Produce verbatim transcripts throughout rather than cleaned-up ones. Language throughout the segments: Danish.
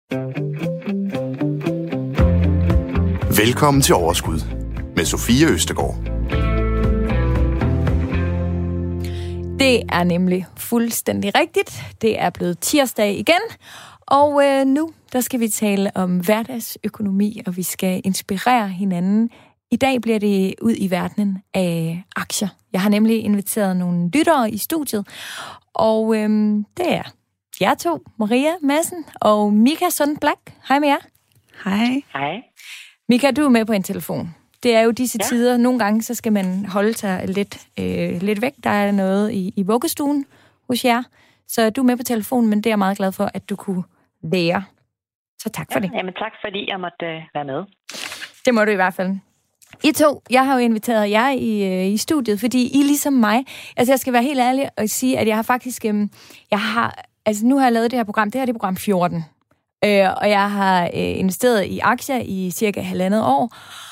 Velkommen til Overskud med Sofie Østergaard. Det er nemlig fuldstændig rigtigt. Det er blevet tirsdag igen, og øh, nu der skal vi tale om hverdagsøkonomi, og vi skal inspirere hinanden. I dag bliver det ud i verdenen af aktier. Jeg har nemlig inviteret nogle lyttere i studiet, og øh, det er jer to, Maria Madsen og Mika Sundblack. Hej med jer. Hej. Hej. Mika, du er med på en telefon. Det er jo disse ja. tider. Nogle gange så skal man holde sig lidt, øh, lidt væk. Der er noget i, i vuggestuen hos jer. Så du er med på telefonen, men det er jeg meget glad for, at du kunne være. Så tak for ja, det. Jamen tak, fordi jeg måtte øh, være med. Det må du i hvert fald. I to, jeg har jo inviteret jer i, øh, i studiet, fordi I ligesom mig, altså jeg skal være helt ærlig og sige, at jeg har faktisk, øh, jeg har, altså nu har jeg lavet det her program, det her det er program fjorten. Øh, og jeg har øh, investeret i aktier i cirka halvandet år,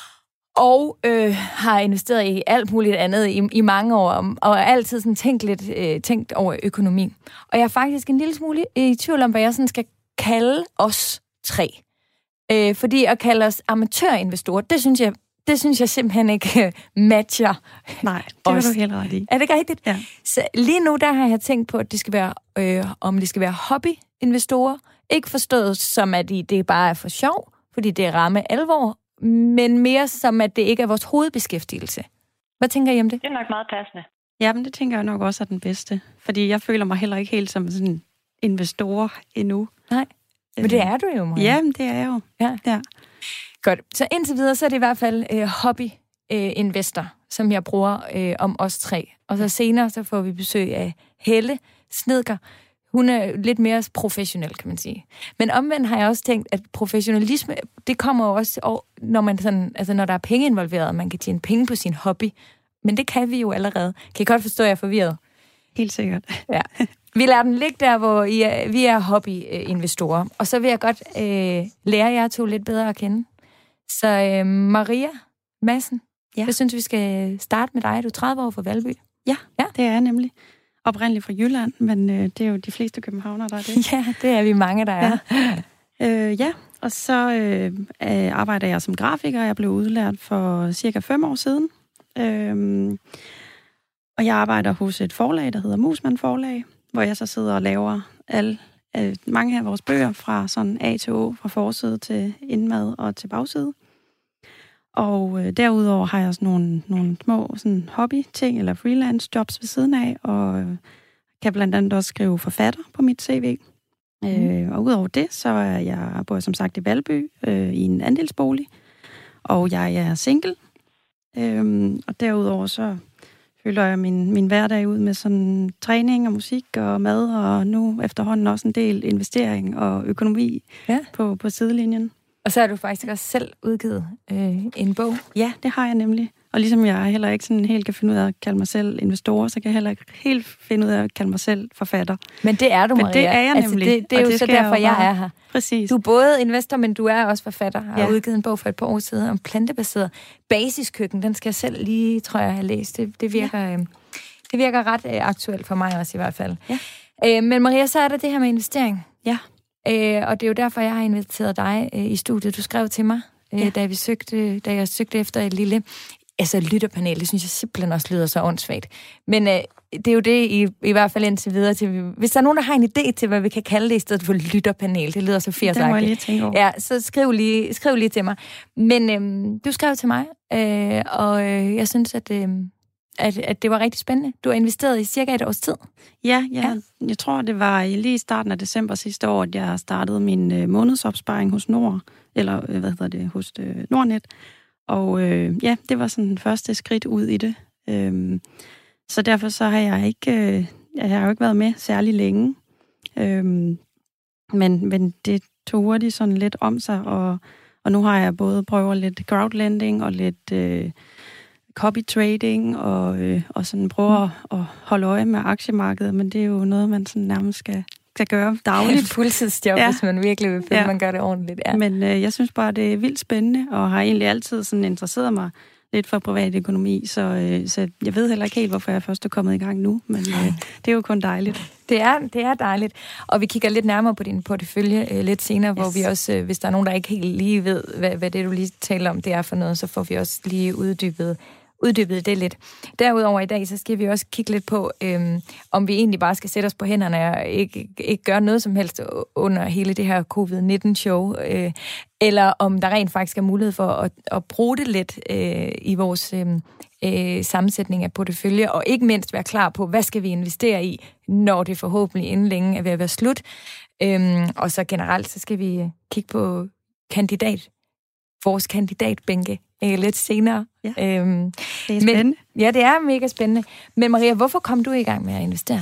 og øh, har investeret i alt muligt andet i, i mange år, og, og altid sådan tænkt lidt øh, tænkt over økonomi. Og jeg er faktisk en lille smule i tvivl om, hvad jeg sådan skal kalde os tre. Øh, fordi at kalde os amatørinvestorer, det synes jeg, det synes jeg simpelthen ikke matcher. Nej, det var du helt ret i. Er det ikke rigtigt? Ja. Så lige nu, der har jeg tænkt på, at det skal være, øh, om det skal være hobbyinvestorer. Ikke forstået som, at det bare er for sjov, fordi det er ramme alvor, men mere som, at det ikke er vores hovedbeskæftigelse. Hvad tænker I om det? Det er nok meget passende. Ja, men det tænker jeg nok også er den bedste. Fordi jeg føler mig heller ikke helt som sådan en investor endnu. Nej, men det er du jo, Maria. Ja, det er jeg jo. Ja. ja. Godt. Så indtil videre, så er det i hvert fald øh, hobbyinvestor, øh, som jeg bruger øh, om os tre. Og så senere, så får vi besøg af Helle Snedker. Hun er lidt mere professionel, kan man sige. Men omvendt har jeg også tænkt, at professionalisme, det kommer jo også, når, man sådan, altså når der er penge involveret, man kan tjene penge på sin hobby. Men det kan vi jo allerede. Kan I godt forstå, at jeg er forvirret? Helt sikkert. Ja. Vi lader den ligge der, hvor I er, vi er hobbyinvestorer. Og så vil jeg godt øh, lære jer to lidt bedre at kende. Så øh, Maria Madsen, ja. Jeg synes, vi skal starte med dig. Du er tredive år fra Valby. Ja, ja, det er jeg nemlig. Oprindeligt fra Jylland, men øh, det er jo de fleste københavnere, der er det. Ja, det er vi mange, der er. Ja, øh, ja. Og så øh, arbejder jeg som grafiker. Jeg blev udlært for cirka fem år siden. Øh, og jeg arbejder hos et forlag, der hedder Musman Forlag, hvor jeg så sidder og laver alle, øh, mange af vores bøger fra sådan A til Å, fra forside til indmad og til bagside. Og øh, derudover har jeg sådan nogle, nogle små sådan hobby-ting eller freelance jobs ved siden af, og øh, kan blandt andet også skrive forfatter på mit C V. Mm. Øh, og udover det, så er jeg, bor jeg som sagt i Valby øh, i en andelsbolig, og jeg er single. Øh, og derudover så fylder jeg min, min hverdag ud med sådan træning og musik og mad, og nu efterhånden også en del investering og økonomi ja. på, på sidelinjen. Og så har du faktisk også selv udgivet øh, en bog. Ja, det har jeg nemlig. Og ligesom jeg heller ikke sådan helt kan finde ud af at kalde mig selv investor, så kan jeg heller ikke helt finde ud af at kalde mig selv forfatter. Men det er du, Maria. Men det er jeg nemlig. Altså, det, det er jo det så derfor, jeg, jeg er her. Præcis. Du er både investor, men du er også forfatter. Jeg har ja. udgivet en bog for et par år siden om plantebaseret basiskøkken. Den skal jeg selv lige, tror jeg, have læst. Det, det, virker, ja. øh, det virker ret øh, aktuelt for mig også i hvert fald. Ja. Øh, men Maria, så er der det her med investering. Ja. Øh, og det er jo derfor, jeg har inviteret dig øh, i studiet. Du skrev til mig, øh, ja. da, vi søgte, da jeg søgte efter et lille altså, lytterpanel. Det synes jeg simpelthen også lyder så åndssvagt. Men øh, det er jo det, i, i hvert fald indtil videre. Til, hvis der er nogen, der har en idé til, hvad vi kan kalde det i stedet for lytterpanel, det lyder så firsagtigt. Det må jeg lige tænke over. Ja, så skriv lige, skriv lige til mig. Men øh, du skrev til mig, øh, og øh, jeg synes, at... Øh, At, at det var rigtig spændende. Du har investeret i cirka et års tid. Ja, ja. ja. Jeg tror, det var lige i starten af december sidste år, at jeg startede min øh, månedsopsparing hos Nord, eller øh, hvad hedder det, hos øh, Nordnet. Og øh, ja, det var sådan den første skridt ud i det. Øhm, så derfor så har jeg ikke, øh, jeg har jo ikke været med særlig længe. Øhm, men, men det tog hurtigt sådan lidt om sig, og, og nu har jeg både prøvet lidt crowdlending og lidt... Øh, copy trading og, øh, og sådan prøver at, at holde øje med aktiemarkedet, men det er jo noget, man sådan nærmest skal, skal gøre dagligt. Et fuldtidsjob, ja. Hvis man virkelig vil finde, ja. man gør det ordentligt. Ja. Men øh, jeg synes bare, det er vildt spændende, og har egentlig altid sådan interesseret mig lidt for privatøkonomi, så, øh, så jeg ved heller ikke helt, hvorfor jeg først er kommet i gang nu, men øh, det er jo kun dejligt. Det er, det er dejligt. Og vi kigger lidt nærmere på din portefølje øh, lidt senere, yes. hvor vi også, øh, hvis der er nogen, der ikke helt lige ved, hvad, hvad det du lige taler om, det er for noget, så får vi også lige uddybet, uddybet det lidt. Derudover i dag, så skal vi også kigge lidt på, øh, om vi egentlig bare skal sætte os på hænderne og ikke, ikke gøre noget som helst under hele det her covid nitten show, øh, eller om der rent faktisk er mulighed for at, at bruge det lidt øh, i vores øh, øh, sammensætning af portefølje, og ikke mindst være klar på, hvad skal vi investere i, når det forhåbentlig inden længe er ved at være slut. Øhm, og så generelt, så skal vi kigge på kandidat, vores kandidatbænke øh, lidt senere. Ja. Øhm, det er spændende. Men, ja, det er mega spændende. Men Maria, hvorfor kom du i gang med at investere?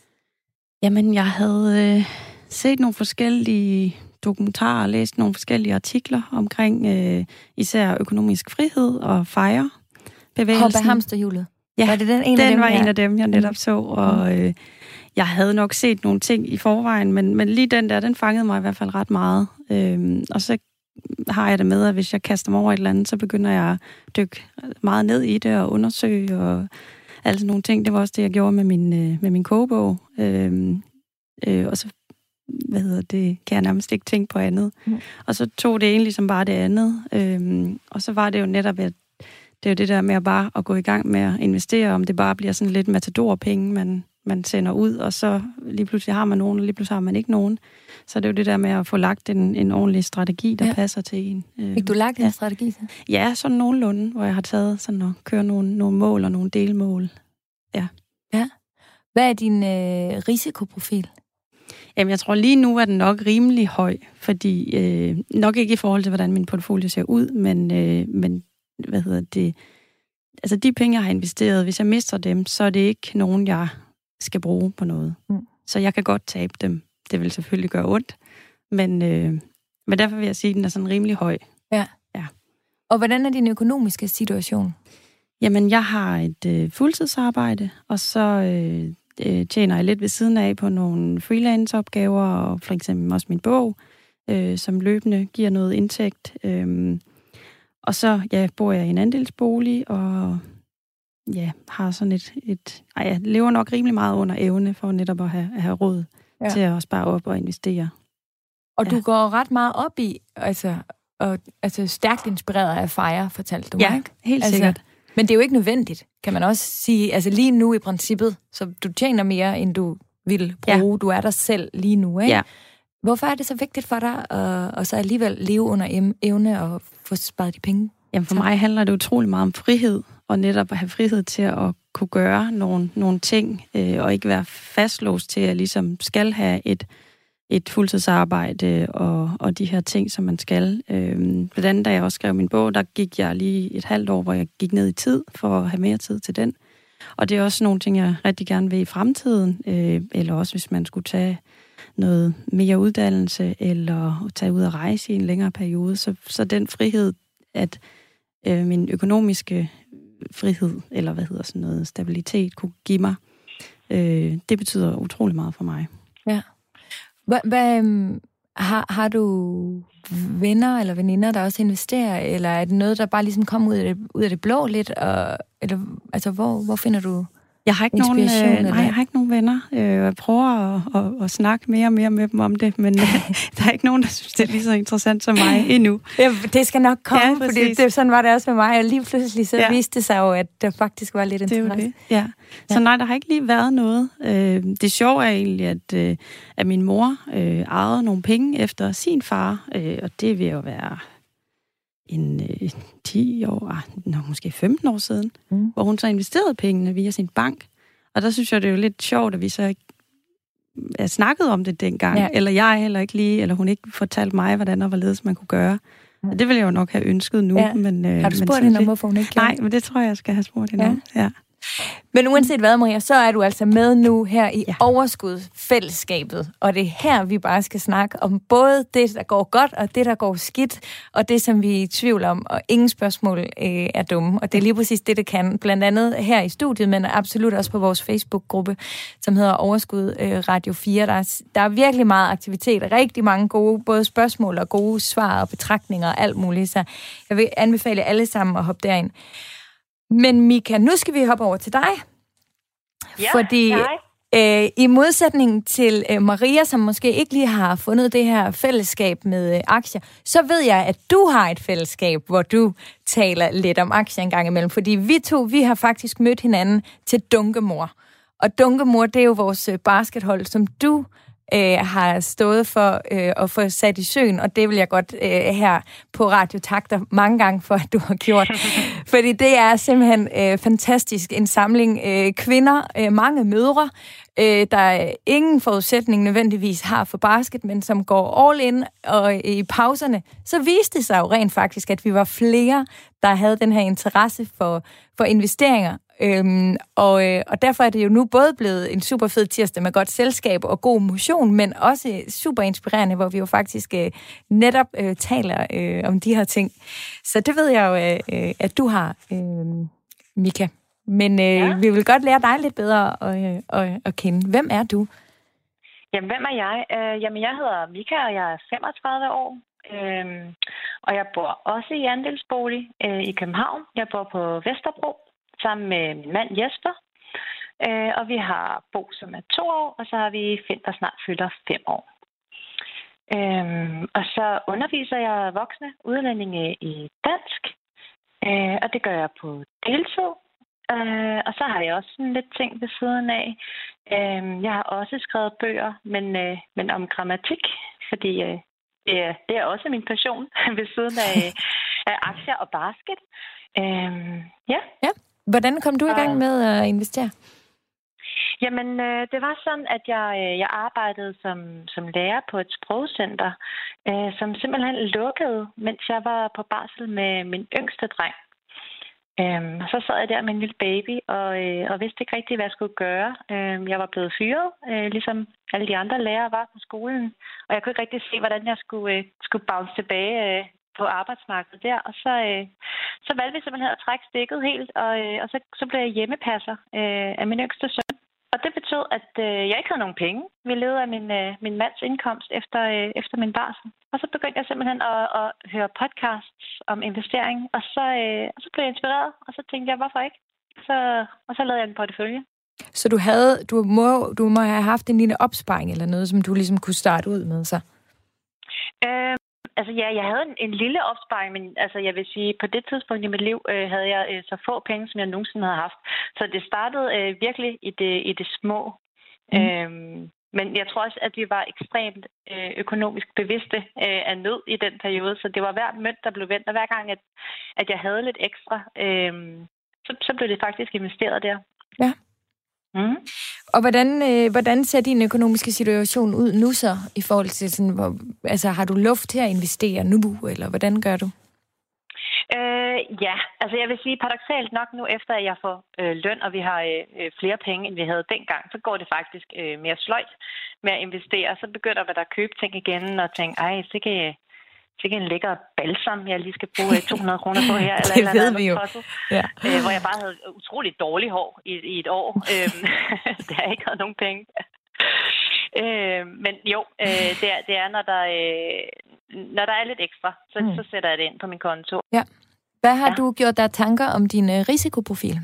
Jamen, jeg havde øh, set nogle forskellige dokumentarer og læst nogle forskellige artikler omkring øh, især økonomisk frihed og FIRE bevægelsen. Hoppe hamsterhjulet. Ja, var det den, en den af dem, var ja. en af dem, jeg netop så, og øh, jeg havde nok set nogle ting i forvejen, men, men lige den der, den fangede mig i hvert fald ret meget. Øhm, og så har jeg det med, at hvis jeg kaster mig over et eller andet, så begynder jeg at dykke meget ned i det og undersøge og alle sådan nogle ting. Det var også det, jeg gjorde med min, øh, med min kogebog. Øhm, øh, og så hvad hedder det, kan jeg nærmest ikke tænke på andet. Mm. Og så tog det egentlig som bare det andet. Øhm, og så var det jo netop, at det er jo det der med at bare at gå i gang med at investere, om det bare bliver sådan lidt matador-penge, man, man sender ud, og så lige pludselig har man nogen, og lige pludselig har man ikke nogen. Så det er jo det der med at få lagt en, en ordentlig strategi, der ja. passer til en. Fik du lagt ja. en strategi så? Ja, sådan nogenlunde, hvor jeg har taget sådan at køre nogle, nogle mål og nogle delmål. Ja. Ja. Hvad er din øh, risikoprofil? Jamen, jeg tror lige nu er den nok rimelig høj, fordi øh, nok ikke i forhold til, hvordan min portfolio ser ud, men, øh, men hvad hedder det, altså de penge, jeg har investeret, hvis jeg mister dem, så er det ikke nogen, jeg skal bruge på noget. Mm. Så jeg kan godt tabe dem. Det vil selvfølgelig gøre ondt, men, øh, men derfor vil jeg sige, at den er sådan rimelig høj. Ja. ja. Og hvordan er din økonomiske situation? Jamen, jeg har et øh, fuldtidsarbejde, og så øh, øh, tjener jeg lidt ved siden af på nogle freelance-opgaver, og for eksempel også min bog, øh, som løbende giver noget indtægt. Øh, og så ja, bor jeg i en andelsbolig, og ja, har sådan et... et ej, jeg lever nok rimelig meget under evne for netop at have, at have råd ja. til at spare op og investere. Og ja. du går ret meget op i, altså, og, altså stærkt inspireret af FIRE, fortalte du mig, ja, ikke? helt altså, sikkert. Men det er jo ikke nødvendigt, kan man også sige. Altså lige nu i princippet, så du tjener mere, end du vil bruge. Ja. Du er der selv lige nu, ikke? Ja. Hvorfor er det så vigtigt for dig at, at så alligevel leve under evne og få sparet de penge? Jamen for mig handler det utrolig meget om frihed, og netop at have frihed til at kunne gøre nogle, nogle ting, øh, og ikke være fastlåst til at ligesom skal have et, et fuldtidsarbejde og, og de her ting, som man skal. Øh, blandt andet, da jeg også skrev min bog, der gik jeg lige et halvt år, hvor jeg gik ned i tid for at have mere tid til den. Og det er også nogle ting, jeg rigtig gerne vil i fremtiden, øh, eller også hvis man skulle tage noget mere uddannelse, eller tage ud og rejse i en længere periode. Så, så den frihed, at øh, min økonomiske frihed, eller hvad hedder sådan noget, stabilitet, kunne give mig, øh, det betyder utrolig meget for mig. Ja. Hvad, hvad, har, har du venner eller veninder, der også investerer, eller er det noget, der bare ligesom kommer ud af det, ud af det blå lidt? Og, eller, altså, hvor, hvor finder du jeg har ikke nogen, øh, nej, jeg har ikke nogen venner. Øh, jeg prøver at, at, at snakke mere og mere med dem om det, men øh, der er ikke nogen, der synes, det er lige så interessant som mig endnu. Ja, det skal nok komme, ja, fordi det, sådan var det også med mig, og lige pludselig så ja. viste det sig jo, at der faktisk var lidt interesse. Det er jo det, ja. Så nej, der har ikke lige været noget. Øh, det sjove er egentlig, at, øh, at min mor øh, ejede nogle penge efter sin far, øh, og det vil jo være en øh, ti år, ah, no, måske femten år siden, mm. hvor hun så investerede pengene via sin bank. Og der synes jeg, det er jo lidt sjovt, at vi så ikke er snakket om det dengang, ja. eller jeg heller ikke lige, eller hun ikke fortalte mig, hvordan og hvorledes man kunne gøre. Mm. Og det ville jeg jo nok have ønsket nu. Ja. Men, øh, har du spurgt hende om, hvorfor hun ikke gjorde? Nej, men det tror jeg, jeg skal have spurgt hende ja. om. Ja. Men uanset hvad, Maria, så er du altså med nu her i ja. Overskud-fællesskabet. Og det er her, vi bare skal snakke om både det, der går godt, og det, der går skidt, og det, som vi er i tvivl om. Og ingen spørgsmål øh, er dumme. Og det er lige præcis det, det kan. Blandt andet her i studiet, men absolut også på vores Facebook-gruppe, som hedder Overskud øh, Radio fire. Der er, der er virkelig meget aktivitet, og rigtig mange gode både spørgsmål og gode svar og betragtninger og alt muligt. Så jeg vil anbefale alle sammen at hoppe derind. Men Mika, nu skal vi hoppe over til dig. Ja, Fordi øh, i modsætning til øh, Maria, som måske ikke lige har fundet det her fællesskab med øh, aktier, så ved jeg, at du har et fællesskab, hvor du taler lidt om aktier en gang imellem. Fordi vi to, vi har faktisk mødt hinanden til Dunkemor. Og Dunkemor, det er jo vores øh, baskethold, som du øh, har stået for øh, at få sat i søen, og det vil jeg godt øh, her på Radio takke dig mange gange for, at du har gjort. Fordi det er simpelthen øh, fantastisk. En samling øh, kvinder, øh, mange mødre, øh, der ingen forudsætning nødvendigvis har for basket, men som går all in, og i pauserne, så viste det sig jo rent faktisk, at vi var flere, der havde den her interesse for, for investeringer. Øhm, og, øh, og derfor er det jo nu både blevet en super fed tirsdag med godt selskab og god motion, men også super inspirerende, hvor vi jo faktisk øh, netop øh, taler øh, om de her ting. Så det ved jeg jo, øh, at du har, øh, Mika. Men øh, ja. vi vil godt lære dig lidt bedre at, øh, at, at kende. Hvem er du? Jamen, hvem er jeg? Uh, jamen, jeg hedder Mika, og jeg er femogtredive år. Uh, og jeg bor også i andelsbolig uh, i København. Jeg bor på Vesterbro sammen med min mand Jesper. Uh, og vi har Bo, som er to år, og så har vi Finn, der snart fylder fem år. Uh, og så underviser jeg voksne udlændinge i dansk, uh, og det gør jeg på deltid. Uh, og så har jeg også sådan lidt ting ved siden af. Uh, jeg har også skrevet bøger, men, uh, men om grammatik, fordi uh, det, er, det er også min passion ved siden af, af aktier og basket. Uh, ja. ja. Hvordan kom du i gang med at investere? Jamen, uh, det var sådan, at jeg, uh, jeg arbejdede som, som lærer på et sprogcenter, uh, som simpelthen lukkede, mens jeg var på barsel med min yngste dreng. Øhm, og så sad jeg der med en lille baby, og, øh, og vidste ikke rigtigt, hvad jeg skulle gøre. Øhm, jeg var blevet fyret, øh, ligesom alle de andre lærere var på skolen. Og jeg kunne ikke rigtig se, hvordan jeg skulle, øh, skulle bounce tilbage øh, på arbejdsmarkedet der. Og så, øh, så valgte vi simpelthen at trække stikket helt, og, øh, og så, så blev jeg hjemmepasser øh, af min yngste søn. Og det betød, at øh, jeg ikke havde nogen penge. Vi levede af min, øh, min mands indkomst efter, øh, efter min barsel. Og så begyndte jeg simpelthen at, at høre podcasts om investering. Og så, øh, og så blev jeg inspireret, og så tænkte jeg, hvorfor ikke? Så, og så lavede jeg en portefølje. Så du havde, du må, du må have haft en lille opsparing eller noget, som du ligesom kunne starte ud med så? Øh, Altså ja, jeg havde en, en lille opsparing, men altså, jeg vil sige, på det tidspunkt i mit liv øh, havde jeg øh, så få penge, som jeg nogensinde havde haft. Så det startede øh, virkelig i det, i det små. Mm. Øhm, men jeg tror også, at vi var ekstremt øh, økonomisk bevidste øh, af nød i den periode, så det var hver mønt, der blev vendt, og hver gang, at, at jeg havde lidt ekstra, øh, så, så blev det faktisk investeret der. Ja. Mm. Og hvordan, øh, hvordan ser din økonomiske situation ud nu så, i forhold til sådan, hvor, altså har du luft til at investere nu, eller hvordan gør du? Øh, ja, altså jeg vil sige paradoksalt nok nu, efter at jeg får øh, løn, og vi har øh, flere penge, end vi havde dengang, så går det faktisk øh, mere sløjt med at investere. Så begynder man at købe ting igen og tænke, ej, så kan jeg... Sikke en lækker balsam, jeg lige skal bruge to hundrede kroner på her. Eller det eller ved andet, vi jo. Ja. Øh, hvor jeg bare havde utroligt dårligt hår i, i et år. Øhm, det har jeg ikke havde nogen penge. øh, men jo, øh, det, er, det er, når der, øh, når der er lidt ekstra, så, mm. så sætter jeg det ind på min konto. Ja. Hvad har ja. du gjort der tanker om din øh, risikoprofil?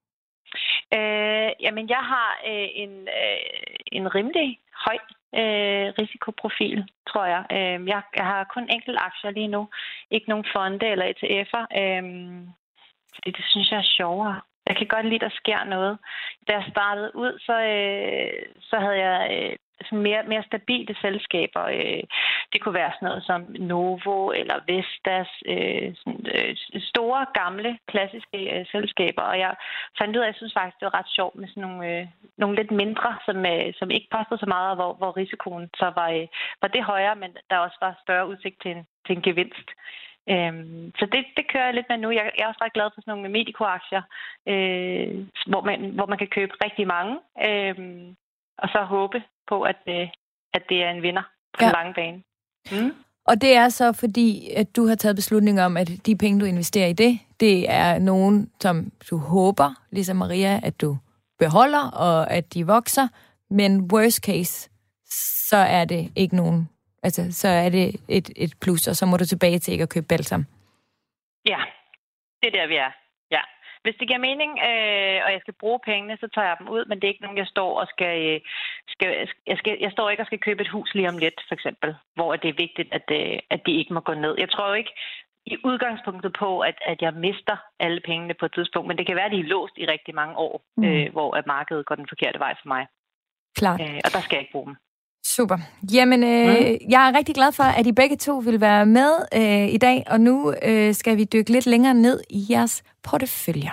Øh, jamen, jeg har øh, en, øh, en rimelig høj øh, risikoprofil, tror jeg. Øh, jeg. Jeg har kun enkelte aktier lige nu. Ikke nogen fonde eller E T F'er. Øh, fordi det synes jeg er sjovere. Jeg kan godt lide, at der sker noget. Da jeg startede ud, så, øh, så havde jeg øh, sådan mere, mere stabile selskaber. Øh, det kunne være sådan noget som Novo eller Vestas. Øh, sådan, øh, store, gamle, klassiske øh, selskaber. Og jeg fandt ud af, at jeg synes faktisk, det var ret sjovt med sådan nogle, øh, nogle lidt mindre, som, øh, som ikke kostede så meget, og hvor, hvor risikoen så var, øh, var det højere, men der også var større udsigt til en, til en gevinst. Øhm, så det, det kører jeg lidt med nu. Jeg, jeg er også ret glad for sådan nogle Medico-aktier, øh, hvor, man, hvor man kan købe rigtig mange, øh, og så håbe på, at, øh, at det er en vinder på ja. den lange bane. Mm. Og det er så fordi, at du har taget beslutning om, at de penge, du investerer i det, det er nogen, som du håber, ligesom Maria, at du beholder, og at de vokser, men worst case, så er det ikke nogen. Altså, så er det et, et plus, og så må du tilbage til ikke at købe balsam. Ja, det er der, vi er. Ja. hvis det giver mening, øh, og jeg skal bruge pengene, så tager jeg dem ud, men det er ikke nogen, jeg står og skal, skal, jeg, skal jeg står ikke og skal købe et hus lige om lidt, for eksempel, hvor det er vigtigt, at, at de ikke må gå ned. Jeg tror jo ikke i udgangspunktet på, at, at jeg mister alle pengene på et tidspunkt, men det kan være, at de er låst i rigtig mange år, mm. øh, hvor at markedet går den forkerte vej for mig. Klart. Øh, og der skal jeg ikke bruge dem. Super. Jamen, øh, mm. jeg er rigtig glad for, at I begge to vil være med øh, i dag, og nu øh, skal vi dykke lidt længere ned i jeres porteføljer.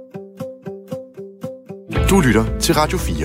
Du lytter til Radio fire.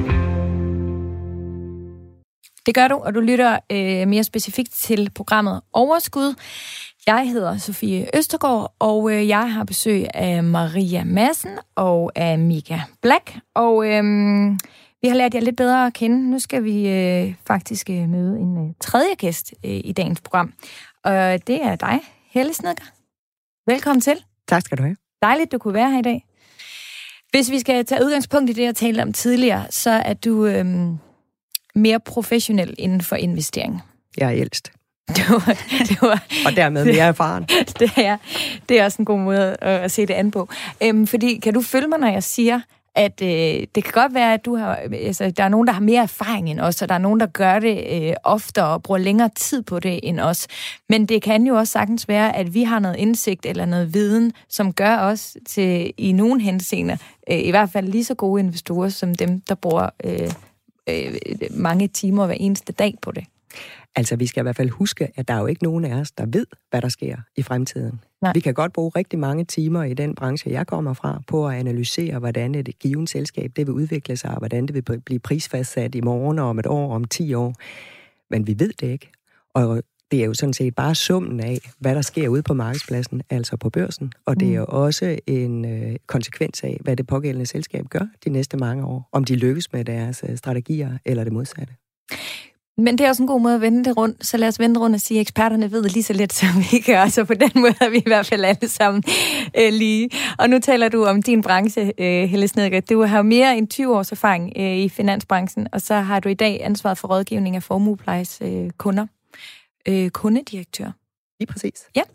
Det gør du, og du lytter øh, mere specifikt til programmet Overskud. Jeg hedder Sofie Østergaard, og øh, jeg har besøg af Maria Madsen og af Mika Black, og øh, vi har lært jer lidt bedre at kende. Nu skal vi øh, faktisk øh, møde en øh, tredje gæst øh, i dagens program, og det er dig, Helle Snedker. Velkommen til. Tak skal du have. Dejligt, du kunne være her i dag. Hvis vi skal tage udgangspunkt i det, jeg talte om tidligere, så er du øh, mere professionel inden for investering. Jeg er ældst. Det var, det var, og dermed mere erfaren. Det er, det er også en god måde at, at se det an på. Øhm, fordi, kan du følge mig, når jeg siger, at øh, det kan godt være, at du har, altså, der er nogen, der har mere erfaring end os, og der er nogen, der gør det øh, oftere og bruger længere tid på det end os. Men det kan jo også sagtens være, at vi har noget indsigt eller noget viden, som gør os til i nogen henseender, øh, i hvert fald lige så gode investorer, som dem, der bruger øh, øh, mange timer hver eneste dag på det. Altså, vi skal i hvert fald huske, at der er jo ikke nogen af os, der ved, hvad der sker i fremtiden. Nej. Vi kan godt bruge rigtig mange timer i den branche, jeg kommer fra, på at analysere, hvordan et givet selskab det vil udvikle sig, og hvordan det vil blive prisfastsat i morgen og om et år, om ti år. Men vi ved det ikke. Og det er jo sådan set bare summen af, hvad der sker ude på markedspladsen, altså på børsen. Og det er jo også en øh, konsekvens af, hvad det pågældende selskab gør de næste mange år. Om de lykkes med deres øh, strategier eller det modsatte. Men det er også en god måde at vende det rundt, så lad os vende rundt og sige, at eksperterne ved lige så lidt, som vi gør, så på den måde er vi i hvert fald alle sammen øh, lige. Og nu taler du om din branche, øh, Helle Snedker. Du har mere end tyve års erfaring øh, i finansbranchen, og så har du i dag ansvaret for rådgivning af formueplejes øh, kunder. Øh, kundedirektør. Lige præcis. Ja.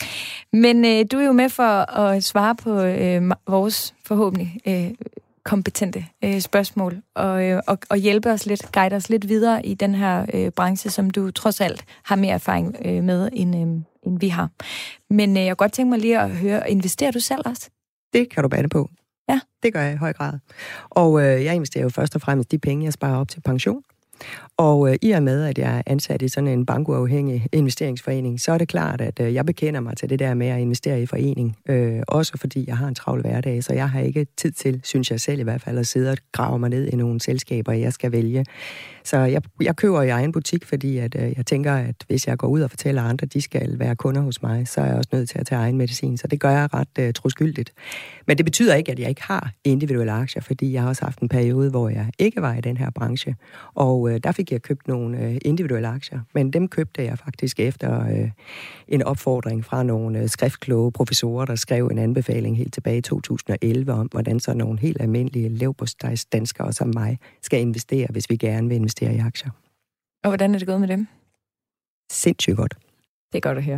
Men øh, du er jo med for at svare på øh, vores forhåbentlig øh, kompetente øh, spørgsmål, og, øh, og, og hjælpe os lidt, guide os lidt videre i den her øh, branche, som du trods alt har mere erfaring øh, med, end, øh, end vi har. Men øh, jeg kunne godt tænke mig lige at høre, investerer du selv også? Det kan du bande på. Ja. Det gør jeg i høj grad. Og øh, jeg investerer jo først og fremmest de penge, jeg sparer op til pension. Og øh, i og med, at jeg er ansat i sådan en bankuafhængig investeringsforening, så er det klart, at øh, jeg bekender mig til det der med at investere i forening. Øh, også fordi jeg har en travl hverdag, så jeg har ikke tid til, synes jeg selv i hvert fald, at sidde og grave mig ned i nogle selskaber, jeg skal vælge. Så jeg, jeg køber i egen butik, fordi at, øh, jeg tænker, at hvis jeg går ud og fortæller andre, at de skal være kunder hos mig, så er jeg også nødt til at tage egen medicin. Så det gør jeg ret øh, troskyldigt. Men det betyder ikke, at jeg ikke har individuelle aktier, fordi jeg har også haft en periode, hvor jeg ikke var i den her branche. Og øh, der fik jeg købt nogle øh, individuelle aktier, men dem købte jeg faktisk efter øh, en opfordring fra nogle øh, skriftkloge professorer, der skrev en anbefaling helt tilbage i to tusind og elleve om, hvordan så nogle helt almindelige leverpostejs danskere som mig skal investere, hvis vi gerne vil investere i aktier. Og hvordan er det gået med dem? Sindssygt godt. Det er godt at høre.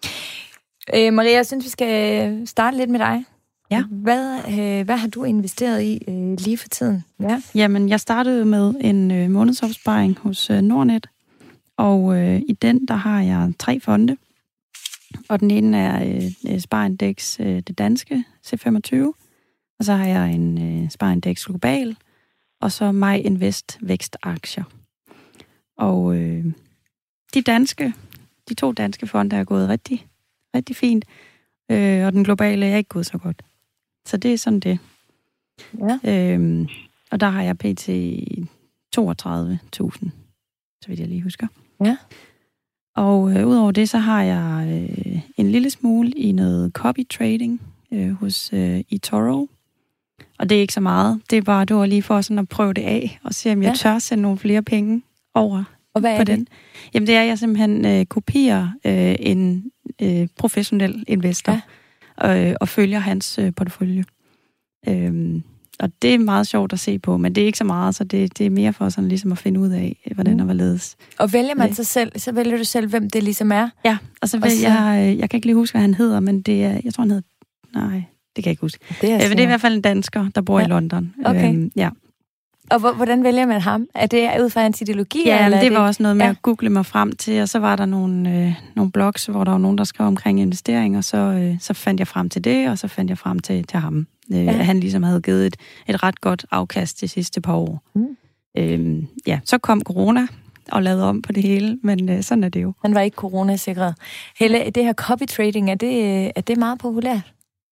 Øh, Maria, jeg synes, vi skal starte lidt med dig. Ja. Hvad, øh, hvad har du investeret i øh, lige for tiden? Ja. Jamen, jeg startede med en øh, månedsopsparing hos øh, Nordnet, og øh, i den, der har jeg tre fonde. Og den ene er øh, Spareindex, øh, det danske, C femogtyve, og så har jeg en øh, Spareindex Global, og så My Invest Vækstaktier. Og øh, de danske, de to danske fonde er gået rigtig, rigtig fint, øh, og den globale er ikke gået så godt. Så det er sådan det. Ja. Øhm, og der har jeg pt. toogtredive tusind, så vidt jeg lige husker. Ja. Og øh, udover det, så har jeg øh, en lille smule i noget copy trading øh, hos øh, eToro. Og det er ikke så meget. Det er bare, det var lige for sådan at prøve det af, og se, om jeg ja. tør sende nogle flere penge over og hvad er på det? den. Jamen, det er, at jeg simpelthen øh, kopierer øh, en øh, professionel investor. Ja. Og, og følger hans øh, portefølje. Øhm, og det er meget sjovt at se på, men det er ikke så meget, så det, det er mere for sådan ligesom at finde ud af, hvordan mm. og hvorledes. Og vælger man sig selv, så vælger du selv, hvem det ligesom er? Ja, og så, og så... Jeg, jeg kan ikke lige huske, hvad han hedder, men det er, jeg tror, han hedder, nej, Det kan jeg ikke huske. Det er, øh, det er i hvert fald en dansker, der bor ja. i London. Okay. Øhm, ja. Og hvordan vælger man ham? Er det ud fra hans ideologi? Ja, eller det var det... også noget med ja. at google mig frem til, og så var der nogle, øh, nogle blogs, hvor der var nogen, der skrev omkring investering, og så, øh, så fandt jeg frem til det, og så fandt jeg frem til, til ham. Øh, ja. At han ligesom havde givet et, et ret godt afkast de sidste par år. Mm. Øh, ja, så kom corona og lavede om på det hele, men øh, sådan er det jo. Han var ikke coronasikret. Helle, det her copy trading, er det, er det meget populært?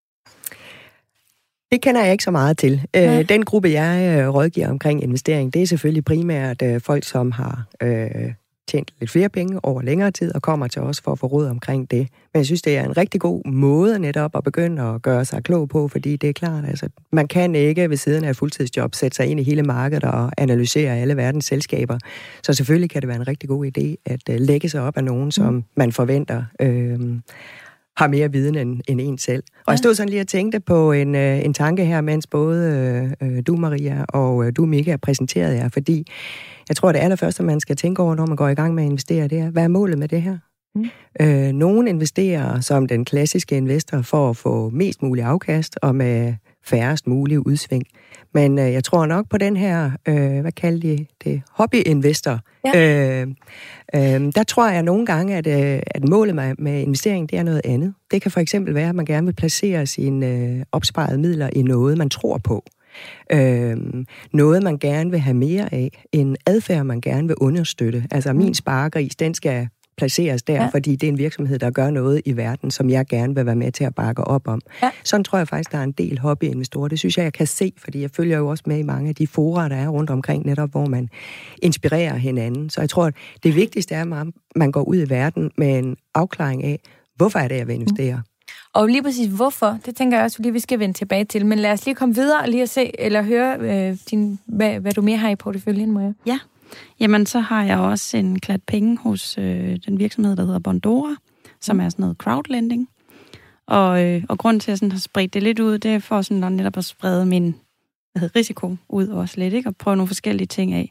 Det kender jeg ikke så meget til. Ja. Den gruppe, jeg rådgiver omkring investering, det er selvfølgelig primært folk, som har øh, tjent lidt flere penge over længere tid, og kommer til os for at få råd omkring det. Men jeg synes, det er en rigtig god måde netop at begynde at gøre sig klog på, fordi det er klart, altså, man kan ikke ved siden af et fuldtidsjob sætte sig ind i hele markedet og analysere alle verdens selskaber. Så selvfølgelig kan det være en rigtig god idé at lægge sig op af nogen, som man forventer øh, har mere viden end, end en selv. Og ja. Jeg stod sådan lige og tænkte på en, en tanke her, mens både øh, du, Maria, og øh, du, Mika, præsenterede jer, fordi jeg tror, det allerførste, man skal tænke over, når man går i gang med at investere, det er, hvad er målet med det her? Mm. Øh, nogle investerer som den klassiske investor for at få mest mulig afkast og med færrest mulige udsving. Men øh, jeg tror nok på den her, øh, hvad kalder de det, hobbyinvestor. Ja. Øh, øh, der tror jeg nogle gange, at, øh, at målet med, med investering, det er noget andet. Det kan for eksempel være, at man gerne vil placere sine øh, opsparede midler i noget, man tror på. Øh, noget, man gerne vil have mere af. En adfærd, man gerne vil understøtte. Altså min sparegris, den skal placeres der, ja. Fordi det er en virksomhed, der gør noget i verden, som jeg gerne vil være med til at bakke op om. Ja. Sådan tror jeg faktisk, der er en del hobbyinvestorer. Det synes jeg, jeg kan se, fordi jeg følger jo også med i mange af de fora, der er rundt omkring, netop hvor man inspirerer hinanden. Så jeg tror, at det vigtigste er, at man går ud i verden med en afklaring af, hvorfor er det, jeg vil investere. Mm. Og lige præcis hvorfor, det tænker jeg også, fordi vi skal vende tilbage til. Men lad os lige komme videre og lige at se, eller høre, øh, din, hvad, hvad du mere har i porteføljen, Maria. Ja. Jamen, så har jeg også en klat penge hos øh, den virksomhed, der hedder Bondora, som er sådan noget crowdlending. Og, øh, og grunden til, at jeg sådan har spredt det lidt ud, det er for sådan at netop at sprede min hvad hedder, risiko ud også lidt, ikke? Og prøve nogle forskellige ting af.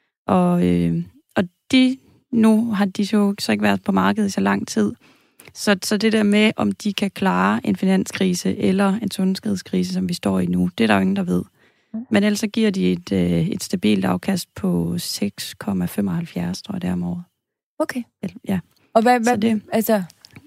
Og, øh, og de, nu har de jo så ikke været på markedet i så lang tid. Så, så det der med, om de kan klare en finanskrise eller en sundhedskrise, som vi står i nu, det er der jo ingen, der ved. Men ellers så giver de et, øh, et stabilt afkast på seks komma femoghalvfjerds, tror jeg, det er om året. Okay. Ja. Og hvad, hvad det, altså...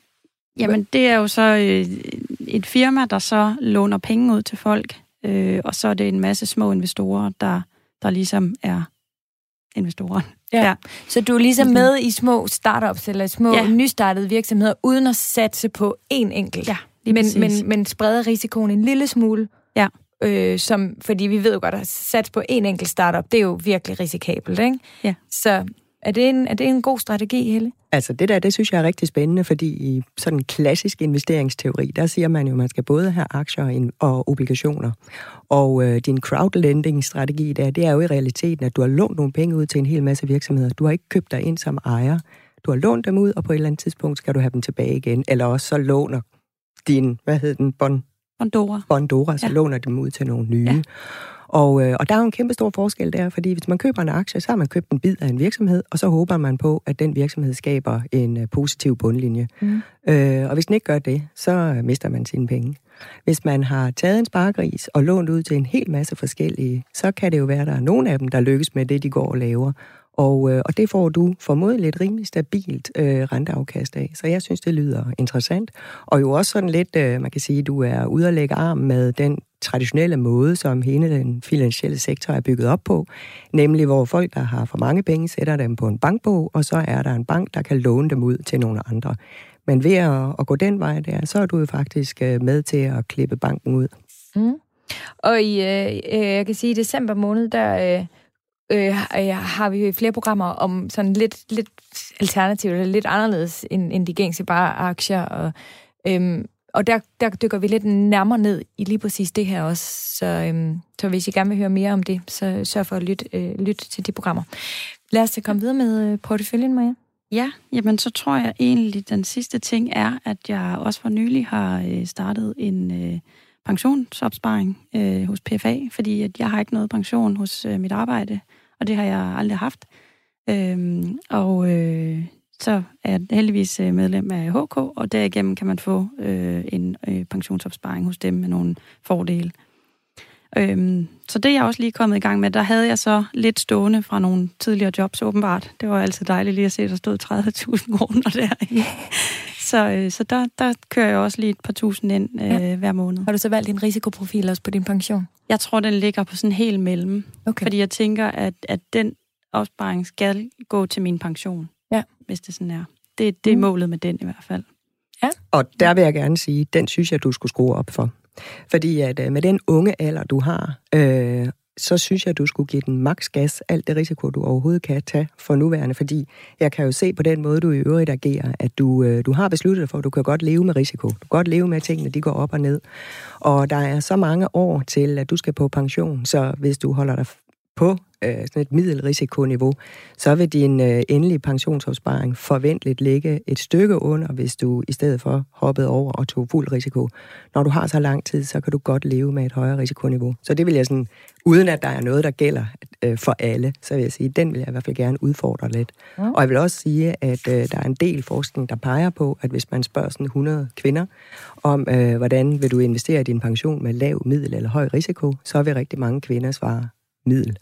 Jamen, det er jo så øh, et firma, der så låner penge ud til folk, øh, og så er det en masse små investorer, der, der ligesom er investorer. Ja. Ja. Så du er ligesom med i små startups, eller små ja. nystartede virksomheder, uden at satse på én enkelt. Ja, men, men, men spreder risikoen en lille smule. Ja. Øh, som, fordi vi ved jo godt, at sats på en enkelt startup, det er jo virkelig risikabelt, ikke? Ja. Så er det en, er det en god strategi, Helle? Altså det der, det synes jeg er rigtig spændende, fordi i sådan en klassisk investeringsteori, der siger man jo, at man skal både have aktier og obligationer. Og øh, din crowdlending-strategi der, det er jo i realiteten, at du har lånt nogle penge ud til en hel masse virksomheder. Du har ikke købt dig ind som ejer. Du har lånt dem ud, og på et eller andet tidspunkt skal du have dem tilbage igen. Eller også så låner din, hvad hedder den, bond... Bondora. Bondora, så ja. Låner dem ud til nogle nye. Ja. Og, øh, og der er jo en kæmpe stor forskel der, fordi hvis man køber en aktie, så har man købt en bid af en virksomhed, og så håber man på, at den virksomhed skaber en uh, positiv bundlinje. Mm. Øh, og hvis den ikke gør det, så uh, mister man sine penge. Hvis man har taget en sparegris og lånt ud til en hel masse forskellige, så kan det jo være, at der er nogle af dem, der lykkes med det, de går og laver. Og, øh, og det får du formodentlig et rimelig stabilt øh, renteafkast af. Så jeg synes, det lyder interessant. Og jo også sådan lidt, øh, man kan sige, du er ude at lægge arm med den traditionelle måde, som hele den finansielle sektor er bygget op på. Nemlig, hvor folk, der har for mange penge, sætter dem på en bankbog, og så er der en bank, der kan låne dem ud til nogle andre. Men ved at, at gå den vej der, så er du jo faktisk med til at klippe banken ud. Mm. Og i, øh, jeg kan sige, i december måned, der... Øh Øh, har vi flere programmer om sådan lidt, lidt alternativt, eller lidt anderledes end, end de gængse bare aktier. Og, øhm, og der, der dykker vi lidt nærmere ned i lige præcis det her også. Så, øhm, så hvis I gerne vil høre mere om det, så sørg for at lytte, øh, lytte til de programmer. Lad os komme videre med porteføljen, Maja. Ja, jamen så tror jeg egentlig, den sidste ting er, at jeg også for nylig har startet en øh, pensionsopsparing øh, hos P F A, fordi at jeg har ikke noget pension hos øh, mit arbejde, og det har jeg aldrig haft. Øhm, og øh, så er jeg heldigvis medlem af H K, og derigennem kan man få øh, en øh, pensionsopsparing hos dem med nogle fordele. Øhm, så det er jeg også lige kommet i gang med. Der havde jeg så lidt stående fra nogle tidligere jobs, åbenbart. Det var altid dejligt lige at se, at der stod tredive tusind kroner der. så øh, så der, der kører jeg også lige et par tusind ind øh, ja. hver måned. Har du så valgt din risikoprofil også på din pension? Jeg tror, den ligger på sådan helt mellem. Okay. Fordi jeg tænker, at, at den opsparing skal gå til min pension, ja. hvis det sådan er. Det, det er mm. målet med den i hvert fald. Ja. Og der vil jeg gerne sige, den synes jeg, du skulle skrue op for. Fordi at med den unge alder, du har, øh, så synes jeg, at du skulle give den maks gas, alt det risiko, du overhovedet kan tage for nuværende. Fordi jeg kan jo se på den måde, du i øvrigt agerer, at du, øh, du har besluttet dig for, at du kan godt leve med risiko. Du kan godt leve med, at tingene de går op og ned. Og der er så mange år til, at du skal på pension, så hvis du holder dig på øh, sådan et middelrisikoniveau, så vil din øh, endelige pensionsopsparing forventeligt ligge et stykke under, hvis du i stedet for hoppede over og tog fuld risiko. Når du har så lang tid, så kan du godt leve med et højere risikoniveau. Så det vil jeg sådan, uden at der er noget, der gælder øh, for alle, så vil jeg sige, den vil jeg i hvert fald gerne udfordre lidt. Mm. Og jeg vil også sige, at øh, der er en del forskning, der peger på, at hvis man spørger sådan hundrede kvinder om, øh, hvordan vil du investere i din pension med lav, middel eller høj risiko, så vil rigtig mange kvinder svare middel.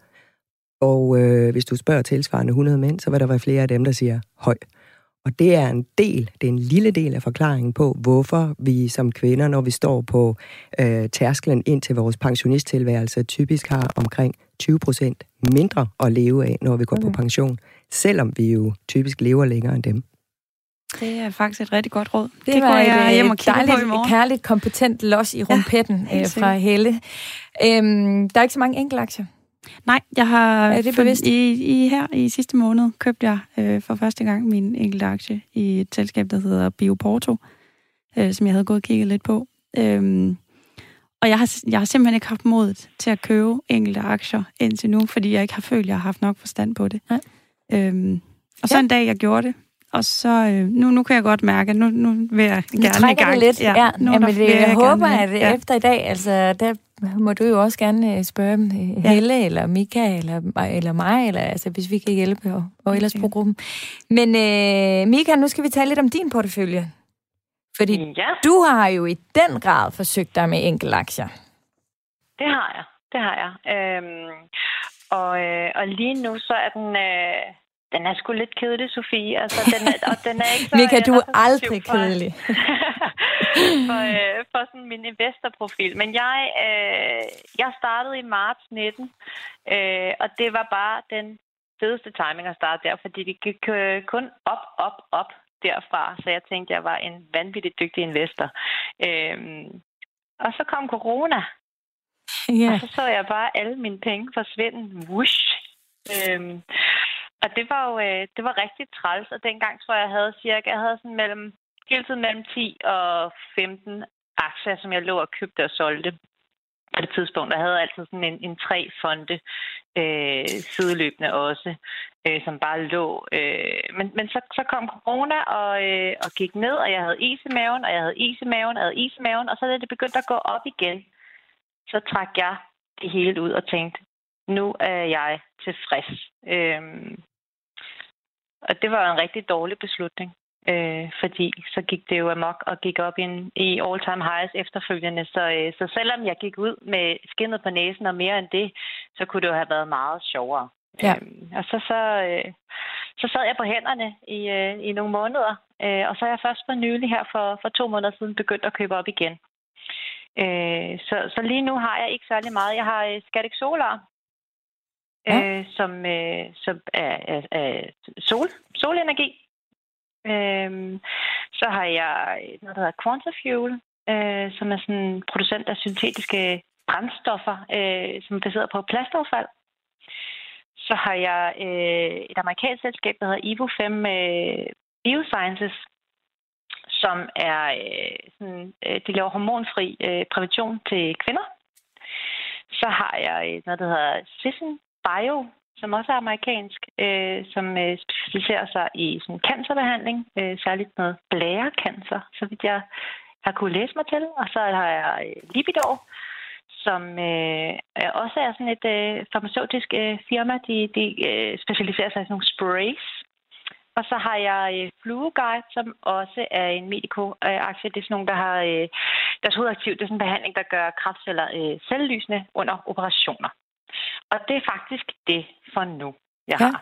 Og øh, hvis du spørger tilsvarende hundrede mænd, så vil der være flere af dem, der siger høj. Og det er en del, det er en lille del af forklaringen på, hvorfor vi som kvinder, når vi står på øh, tærsklen ind til vores pensionisttilværelse, typisk har omkring tyve procent mindre at leve af, når vi går okay. på pension, selvom vi jo typisk lever længere end dem. Det er faktisk et rigtig godt råd. Det, det var et, et dejligt, kærligt, kompetent los i rumpetten ja, øh, fra Helle. Øhm, der er ikke så mange enkeltaktier. Nej, jeg har er det bevidst? I, i her i sidste måned købte jeg øh, for første gang min enkelte aktie i et selskab, der hedder Bioporto, øh, som jeg havde gået og kigget lidt på. Øhm, og jeg har, jeg har simpelthen ikke haft modet til at købe enkelte aktier indtil nu, fordi jeg ikke har følt, at jeg har haft nok forstand på det. Ja. Øhm, og så ja. en dag, jeg gjorde det, og så øh, nu, nu kan jeg godt mærke, at nu, nu vil jeg nu gerne i gang. Det lidt. Ja, ja. Jamen, det, jeg, jeg håber, gerne, at ja. efter i dag, altså der må du jo også gerne spørge Helle, ja. eller Mika, eller, eller mig, eller altså, hvis vi kan hjælpe, og, og ellers på gruppen. Men øh, Mika, nu skal vi tale lidt om din portefølje. Fordi ja. du har jo i den grad forsøgt dig med enkeltaktier. Det har jeg, det har jeg. Øhm, og, øh, og lige nu så er den... Øh Den er sgu lidt kedelig, Sofie. Altså, den er, og den er ikke så... Mika, du er aldrig kedelig. for, øh, for sådan min investorprofil. Men jeg, øh, jeg startede i marts nitten, øh, og det var bare den fedeste timing at starte der, fordi det gik øh, kun op, op, op derfra. Så jeg tænkte, jeg var en vanvittigt dygtig investor. Øh, og så kom corona. Yeah. Og så så jeg bare alle mine penge forsvinde. Whoosh! Øh, Og det var jo øh, det var rigtig træls, og dengang tror jeg, jeg havde cirka, jeg havde sådan mellem, hele tiden mellem ti og femten aktier, som jeg lå og købte og solgte på det tidspunkt. Jeg havde altid sådan en, en tre fonde øh, sideløbende også, øh, som bare lå. Øh, men men så, så kom corona og, øh, og gik ned, og jeg havde is i maven, og jeg havde is i maven, og jeg havde is i maven, og så da det begyndte at gå op igen, så trak jeg det hele ud og tænkte, nu er jeg tilfreds. Øhm, og det var en rigtig dårlig beslutning, øh, fordi så gik det jo amok og gik op i, en, i all-time highs efterfølgende. Så, øh, så selvom jeg gik ud med skindet på næsen og mere end det, så kunne det jo have været meget sjovere. Ja. Øhm, og så, så, øh, så sad jeg på hænderne i, øh, i nogle måneder, øh, og så er jeg først for nylig her for, for to måneder siden begyndt at købe op igen. Øh, så, så lige nu har jeg ikke særlig meget. Jeg har øh, Scatec Solar, Ja. Øh, som, øh, som er, er, er sol, solenergi. Øhm, så har jeg noget, der hedder Quantafuel, øh, som er sådan en producent af syntetiske brændstoffer, øh, som er baseret på plastaffald. Så har jeg øh, et amerikansk selskab, der hedder Evo fem øh, Biosciences, som er øh, sådan, øh, de laver hormonfri øh, prævention til kvinder. Så har jeg noget, der hedder Sisson Bio, som også er amerikansk, øh, som øh, specialiserer sig i sådan, cancerbehandling, øh, særligt noget blærecancer, så vidt jeg har kunne læse mig til. Og så har jeg øh, Lipitor, som øh, også er sådan et øh, farmaceutisk øh, firma. De, de øh, specialiserer sig i sådan nogle sprays, Og så har jeg øh, Flueguide, som også er en Medico-aktie. Det er sådan nogle, der har øh, deres hovedaktiv. Det er sådan en behandling, der gør kræftceller øh, selvlysende under operationer. Og det er faktisk det for nu, jeg ja. har.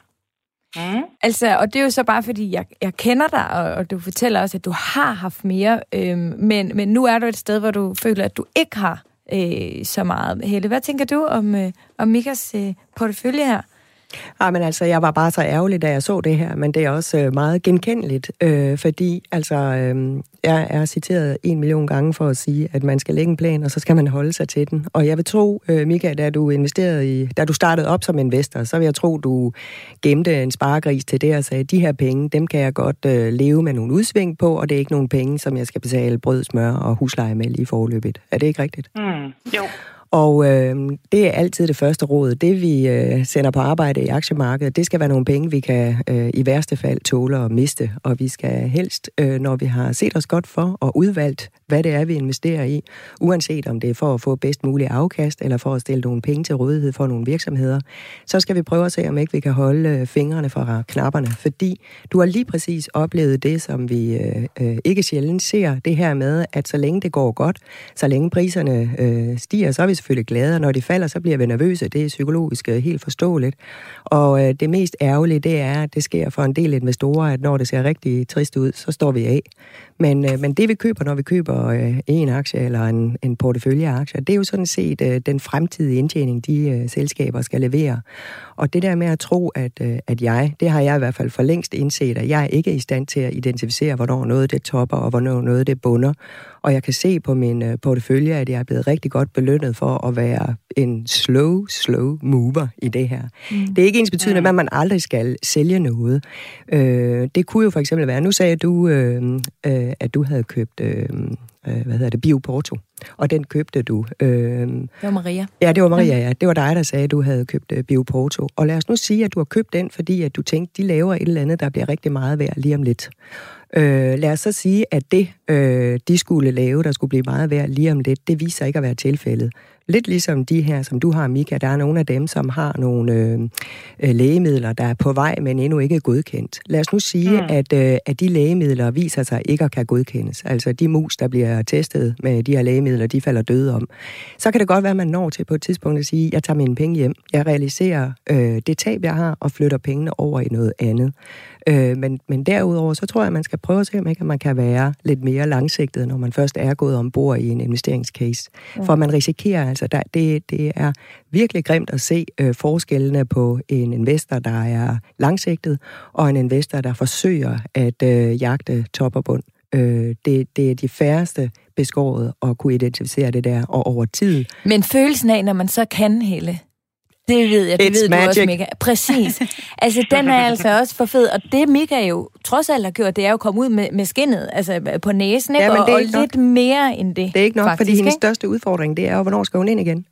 Mm. Altså, og det er jo så bare, fordi jeg, jeg kender dig, og, og du fortæller også, at du har haft mere, øh, men, men nu er du et sted, hvor du føler, at du ikke har øh, så meget. Helle, hvad tænker du om, øh, om Mikas øh, portefølje her? Ja, men altså, jeg var bare så ærgerlig, da jeg så det her, men det er også øh, meget genkendeligt, øh, fordi altså, øh, jeg er citeret en million gange for at sige, at man skal lægge en plan, og så skal man holde sig til den. Og jeg vil tro, øh, Mika, da du investerede i, da du startede op som investor, så vil jeg tro, du gemte en sparegris til det og sagde, de her penge, dem kan jeg godt øh, leve med nogle udsving på, og det er ikke nogen penge, som jeg skal betale brød, smør og husleje med lige forløbet. Er det ikke rigtigt? Mm, jo. Og øh, det er altid det første råd. Det, vi øh, sender på arbejde i aktiemarkedet, det skal være nogle penge, vi kan øh, i værste fald tåle at miste. Og vi skal helst, øh, når vi har set os godt for og udvalgt, hvad det er, vi investerer i, uanset om det er for at få bedst mulig afkast, eller for at stille nogle penge til rådighed for nogle virksomheder, så skal vi prøve at se, om ikke vi kan holde fingrene fra knapperne. Fordi du har lige præcis oplevet det, som vi øh, øh, ikke sjældent ser, det her med, at så længe det går godt, så længe priserne øh, stiger, så er vi selvfølgelig glade, og når de falder, så bliver vi nervøse. Det er psykologisk helt forståeligt. Og øh, det mest ærgerlige, det er, at det sker for en del investorer, at når det ser rigtig trist ud, så står vi af. Men, øh, men det vi køber, når vi køber øh, en aktie eller en, en portefølje af aktier, det er jo sådan set øh, den fremtidige indtjening, de øh, selskaber skal levere. Og det der med at tro, at, øh, at jeg, det har jeg i hvert fald for længst indset, at jeg ikke er i stand til at identificere, hvornår noget det topper, og hvornår noget det bunder. Og jeg kan se på min øh, portefølje, at jeg er blevet rigtig godt belønnet for at være en slow, slow mover i det her. Mm. Det er ikke ens betydende, mm. at man aldrig skal sælge noget. Øh, det kunne jo for eksempel være, nu sagde du, øh, øh, at du havde købt, øh, hvad hedder det, BioPorto, og den købte du. Øh, det var Maria. Ja, det var Maria, ja. Det var dig, der sagde, at du havde købt øh, BioPorto. Og lad os nu sige, at du har købt den, fordi at du tænkte, de laver et eller andet, der bliver rigtig meget værd lige om lidt. Øh, lad os så sige, at det, øh, de skulle lave, der skulle blive meget værd lige om lidt, det viser ikke at være tilfældet. Lidt ligesom de her, som du har, Mika, der er nogle af dem, som har nogle øh, lægemidler, der er på vej, men endnu ikke er godkendt. Lad os nu sige, mm. at, øh, at de lægemidler viser sig ikke at kan godkendes. Altså de mus, der bliver testet med de her lægemidler, de falder døde om. Så kan det godt være, at man når til på et tidspunkt at sige, jeg tager mine penge hjem, jeg realiserer øh, det tab, jeg har, og flytter pengene over i noget andet. Øh, men, men derudover, så tror jeg, at man skal prøve at se, om ikke man kan være lidt mere langsigtet, når man først er gået ombord i en investeringscase. Mm. For man risikerer altså, der, det, det er virkelig grimt at se øh, forskellene på en investor, der er langsigtet, og en investor, der forsøger at øh, jagte top og bund. Øh, det, det er de færreste beskåret at kunne identificere det der, og over tid. Men følelsen af, når man så kan, Helle, det ved jeg, det It's ved magic. Du også, Mika. Præcis. Altså, den er altså også for fed. Og det, Mika jo trods alt har gjort, det er jo at komme ud med, med skinnet, altså på næsen, ikke? Ja, og, og lidt mere end det. Det er ikke nok, faktisk, fordi hendes ikke? største udfordring, det er jo, hvornår skal hun ind igen?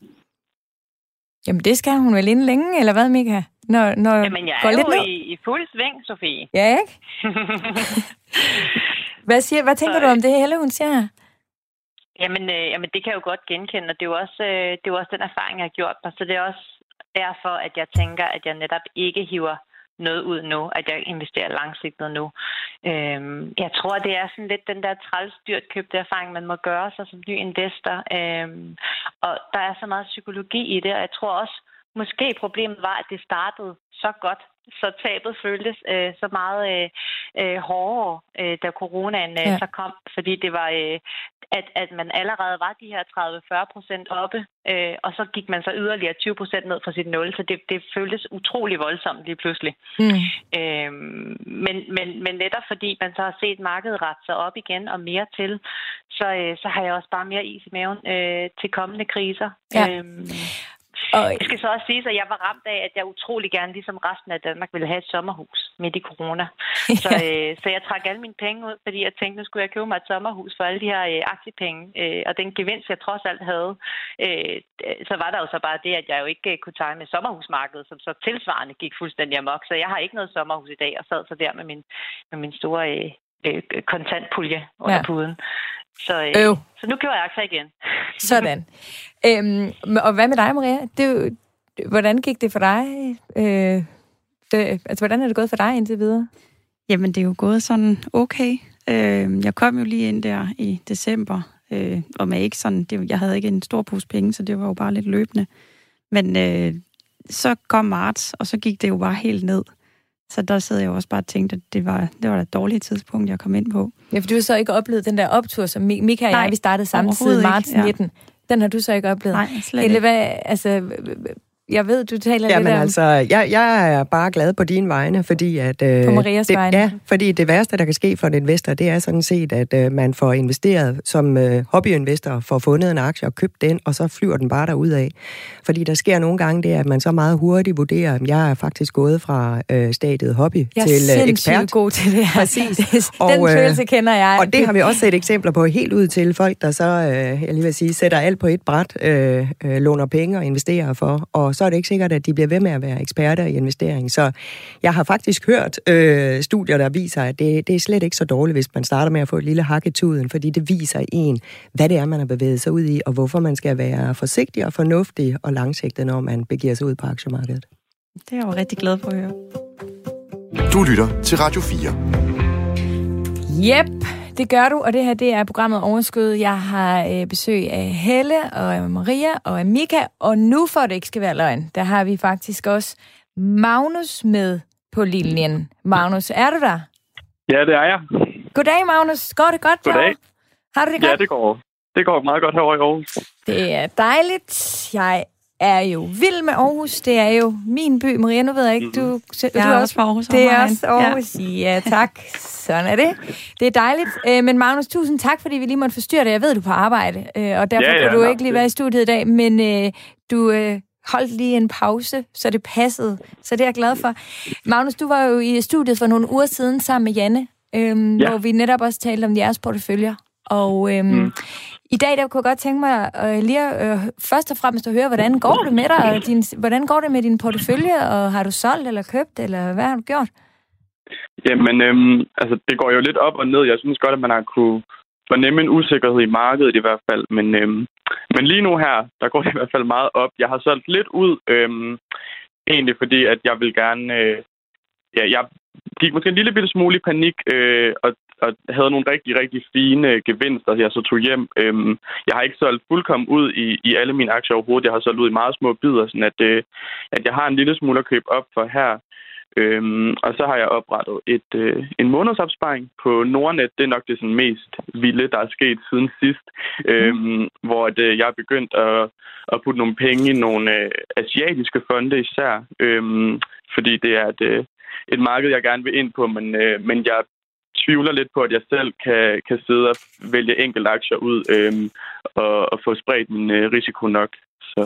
Jamen, det skal hun vel inden længe, eller hvad, Mika? Når, når Jamen, jeg er jo i, i fuld sving, Sofie. Ja, ikke? hvad, siger, hvad tænker Så, du om det, Helle, hun siger? Jamen, øh, jamen, det kan jeg jo godt genkende, og det er jo også, øh, det er jo også den erfaring, jeg har gjort mig. Så det er også derfor, at jeg tænker, at jeg netop ikke hiver noget ud nu, at jeg investerer langsigtet nu. Øhm, jeg tror, det er sådan lidt den der trælsdyrt købte erfaring, man må gøre sig som ny investor. Øhm, og der er så meget psykologi i det, og jeg tror også, måske problemet var, at det startede så godt, så tabet føltes øh, så meget øh, øh, hårdere, øh, da coronaen øh, ja. så kom, fordi det var, øh, at, at man allerede var de her tredive til fyrre procent oppe, øh, og så gik man så yderligere tyve procent ned fra sit nul, så det, det føltes utrolig voldsomt lige pludselig. Mm. Øh, men, men, men netop fordi man så har set markedet rette sig op igen og mere til, så, øh, så har jeg også bare mere is i maven øh, til kommende kriser. Ja. Øh, Og det skal så også sige, at jeg var ramt af, at jeg utrolig gerne, ligesom resten af Danmark, ville have et sommerhus midt i corona. Ja. Så, øh, så jeg trak alle mine penge ud, fordi jeg tænkte, nu skulle jeg købe mig et sommerhus for alle de her øh, aktiepenge. Øh, og den gevinst, jeg trods alt havde, øh, så var der jo så bare det, at jeg jo ikke øh, kunne tage med sommerhusmarkedet, som så tilsvarende gik fuldstændig amok. Så jeg har ikke noget sommerhus i dag, og sad så der med min, med min store øh, øh, kontantpulje under ja. puden. Så, øh, så nu køber jeg aktier igen. Sådan. Øhm, og hvad med dig, Maria? Det, hvordan gik det for dig? Øh, det, altså, hvordan er det gået for dig indtil videre? Jamen, det er jo gået sådan okay. Øh, jeg kom jo lige ind der i december, øh, og med ikke sådan, det, jeg havde ikke en stor pose penge, så det var jo bare lidt løbende. Men øh, så kom marts, og så gik det jo bare helt ned. Så der sidder jeg jo også bare og tænkte, at det var, det var et dårligt tidspunkt, jeg kom ind på. Ja, for du har så ikke oplevet den der optur, som Mika og jeg, vi startede samtidig marts nitten. Ja. Den har du så ikke oplevet. Nej, slet Eller ikke. hvad, altså, jeg ved, du taler ja, lidt men om... altså, jeg, jeg er bare glad på dine vegne, fordi at... Øh, på Marias det, vegne. Ja, fordi det værste, der kan ske for en investor, det er sådan set, at øh, man får investeret som øh, hobbyinvestor, får fundet en aktie og købt den, og så flyver den bare derudad. Fordi der sker nogle gange det, at man så meget hurtigt vurderer, at jeg er faktisk gået fra øh, stadiet hobby jeg til øh, ekspert. Jeg er sindssygt god til det her. Præcis. Den og, øh, følelse kender jeg. Og det har vi også set eksempler på helt ud til folk, der så, øh, jeg lige vil sige, sætter alt på et bræt, øh, øh, låner penge og investerer for, og så er det ikke sikkert, at de bliver ved med at være eksperter i investering. Så jeg har faktisk hørt øh, studier, der viser, at det, det er slet ikke så dårligt, hvis man starter med at få et lille hak i tuden, fordi det viser en, hvad det er, man har bevæget sig ud i, og hvorfor man skal være forsigtig og fornuftig og langsigtet, når man begiver sig ud på aktiemarkedet. Det er jeg jo rigtig glad for at høre. Du lytter til Radio fire. Yep, det gør du, og det her det er programmet Overskud. Jeg har øh, besøg af Helle og af Maria og af Mika, og nu for det ikke skal være løgn, der har vi faktisk også Magnus med på linjen. Magnus, er du der? Ja, det er jeg. Goddag, Magnus. Går det godt? Goddag. Derovre? Har du det godt? Ja, det går, det går meget godt herovre i Aarhus. Det er dejligt. Jeg er jo vild med Aarhus. Det er jo min by. Maria, nu ved jeg ikke, du, du, Jeg du er er også fra Aarhus. Det er også Aarhus. Ja. ja, tak. Sådan er det. Det er dejligt. Men Magnus, tusind tak, fordi vi lige måtte forstyrre dig. Jeg ved, du er på arbejde, og derfor ja, ja, kunne du ikke lige være i studiet i dag, men øh, du øh, holdt lige en pause, så det passede. Så det er jeg glad for. Magnus, du var jo i studiet for nogle uger siden sammen med Janne, øhm, ja. hvor vi netop også talte om jeres porteføljer. Og øhm, mm. i dag der kunne jeg godt tænke mig øh, lige øh, først og fremmest at høre, hvordan går det med dig, og din, hvordan går det med din portefølje, og har du solgt eller købt, eller hvad har du gjort? Jamen, øhm, altså det går jo lidt op og ned. Jeg synes godt, at man har kunne fornemme en usikkerhed i markedet i hvert fald, men, øhm, men lige nu her, der går det i hvert fald meget op. Jeg har solgt lidt ud, øhm, egentlig fordi, at jeg vil gerne... Øh, ja, jeg gik måske en lille bitte smule i panik, øh, og og havde nogle rigtig, rigtig fine gevinster, jeg så tog hjem. Øhm, jeg har ikke solgt fuldkommen ud i, i alle mine aktier overhovedet. Jeg har solgt ud i meget små bidder, sådan at, øh, at jeg har en lille smule at købe op for her. Øhm, og så har jeg oprettet et, øh, en månedsopsparing på Nordnet. Det er nok det sådan mest vilde, der er sket siden sidst. Mm. Øhm, hvor at, øh, jeg er begyndt at, at putte nogle penge i nogle øh, asiatiske fonde især. Øhm, fordi det er et, øh, et marked, jeg gerne vil ind på, men, øh, men jeg tvivler lidt på, at jeg selv kan, kan sidde og vælge enkelte aktier ud øhm, og, og få spredt min øh, risiko nok. Så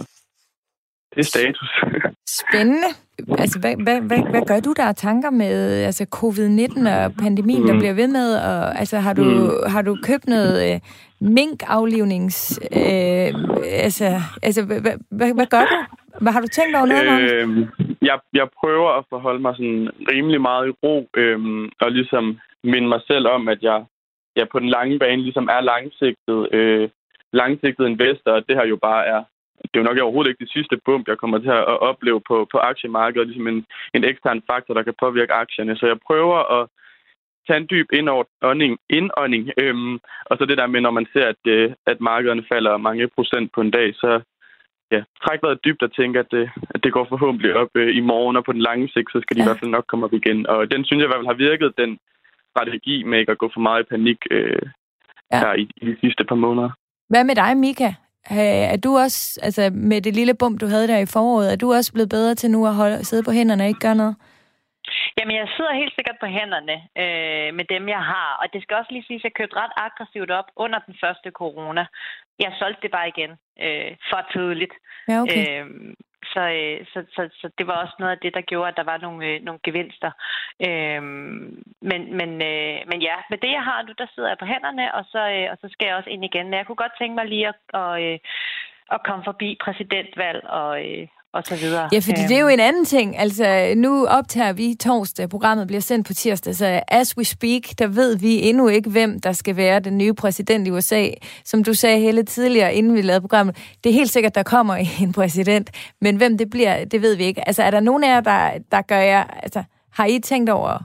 det er status. Spændende. Altså, hvad, hvad, hvad, hvad gør du der tanker med altså, covid nitten og pandemien, mm. der bliver ved med? Og, altså, har, du, mm. har du købt noget øh, minkaflivnings... Øh, altså, altså hvad, hvad, hvad gør du? Hvad har du tænkt over noget, Magnus? Øh, jeg, jeg prøver at forholde mig sådan rimelig meget i ro, øhm, og ligesom minde mig selv om, at jeg, jeg på den lange bane ligesom er langsigtet, øh, langsigtet investor, og det her jo bare er, det er jo nok overhovedet ikke det sidste bump, jeg kommer til at opleve på, på aktiemarkedet, ligesom en, en ekstern faktor, der kan påvirke aktierne. Så jeg prøver at tage en dyb indånding, indånding øhm, og så det der med, når man ser, at, øh, at markederne falder mange procent på en dag, så ja, træk vejret dybt og tænke, at det, at det går forhåbentlig op øh, i morgen, og på den lange sigt, så skal de ja. i hvert fald nok komme op igen. Og den synes jeg i hvert fald har virket, den strategi med ikke at gå for meget i panik øh, ja. her i, i de sidste par måneder. Hvad med dig, Mika? Er du også, altså med det lille bump, du havde der i foråret, er du også blevet bedre til nu at holde, sidde på hænderne og ikke gøre noget? Jamen, jeg sidder helt sikkert på hænderne øh, med dem, jeg har. Og det skal også lige sige, at jeg købte ret aggressivt op under den første corona. Jeg solgte det bare igen øh, for tidligt. Ja, okay. Øh, så, øh, så, så, så det var også noget af det, der gjorde, at der var nogle, øh, nogle gevinster. Øh, men, men, øh, men ja, med det, jeg har nu, der sidder jeg på hænderne, og så, øh, og så skal jeg også ind igen. Men jeg kunne godt tænke mig lige at, at, øh, at komme forbi præsidentvalg og... Øh, og så videre. Ja, fordi det er jo en anden ting. Altså, nu optager vi torsdag. Programmet bliver sendt på tirsdag, så as we speak, der ved vi endnu ikke, hvem der skal være den nye præsident i U S A. Som du sagde hele tidligere, inden vi lavede programmet, det er helt sikkert, der kommer en præsident, men hvem det bliver, det ved vi ikke. Altså, er der nogen af jer, der, der gør jer... Altså, har I tænkt over,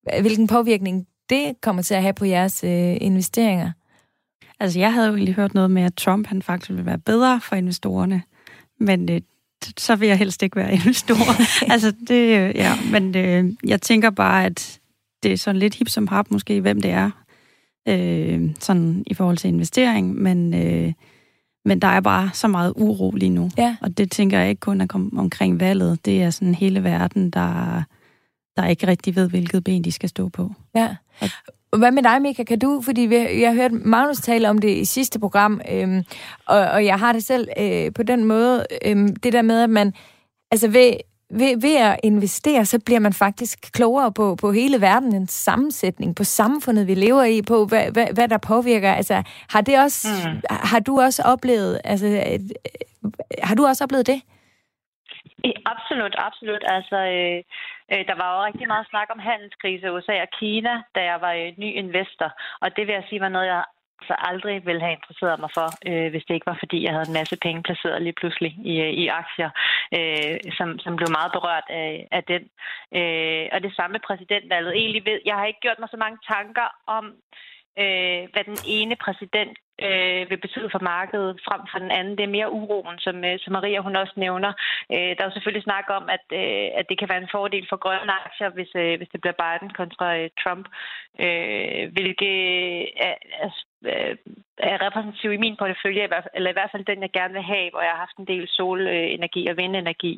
hvilken påvirkning det kommer til at have på jeres øh, investeringer? Altså, jeg havde jo egentlig hørt noget med, at Trump han faktisk ville være bedre for investorerne, men øh, så vil jeg helst ikke være investor. altså, det, øh, ja, men øh, jeg tænker bare, at det er sådan lidt hip som hap måske, hvem det er, øh, sådan i forhold til investering, men, øh, men der er bare så meget uro lige nu, ja. Og det tænker jeg ikke kun er kom, omkring valget, det er sådan hele verden, der, der ikke rigtig ved, hvilket ben de skal stå på. Ja. Og hvad med dig, Mika? Kan du, fordi vi, jeg har hørt Magnus tale om det i sidste program, øhm, og, og jeg har det selv øh, på den måde, øhm, det der med, at man, altså ved, ved, ved at investere, så bliver man faktisk klogere på, på hele verdenens sammensætning, på samfundet, vi lever i, på hvad, hvad, hvad der påvirker. Altså, har det også, mm. har du også oplevet, altså, øh, har du også oplevet det? Absolut, absolut. Altså, øh, øh, der var jo rigtig meget snak om handelskrise i U S A og Kina, da jeg var øh, ny investor. Og det vil jeg sige var noget, jeg så aldrig ville have interesseret mig for, øh, hvis det ikke var, fordi jeg havde en masse penge placeret lige pludselig i, i aktier, øh, som, som blev meget berørt af, af den. Øh, og det samme med præsidentvalget. Egentlig ved, jeg har ikke gjort mig så mange tanker om, øh, hvad den ene præsident øh, vil betyde for markedet frem for den anden. Det er mere uroen, som, øh, som Maria hun også nævner. Øh, der er jo selvfølgelig snak om, at, øh, at det kan være en fordel for grønne aktier, hvis, øh, hvis det bliver Biden kontra øh, Trump, øh, hvilket er, er, er repræsentativ i min portefølje, eller i hvert fald den, jeg gerne vil have, hvor jeg har haft en del solenergi og vindenergi.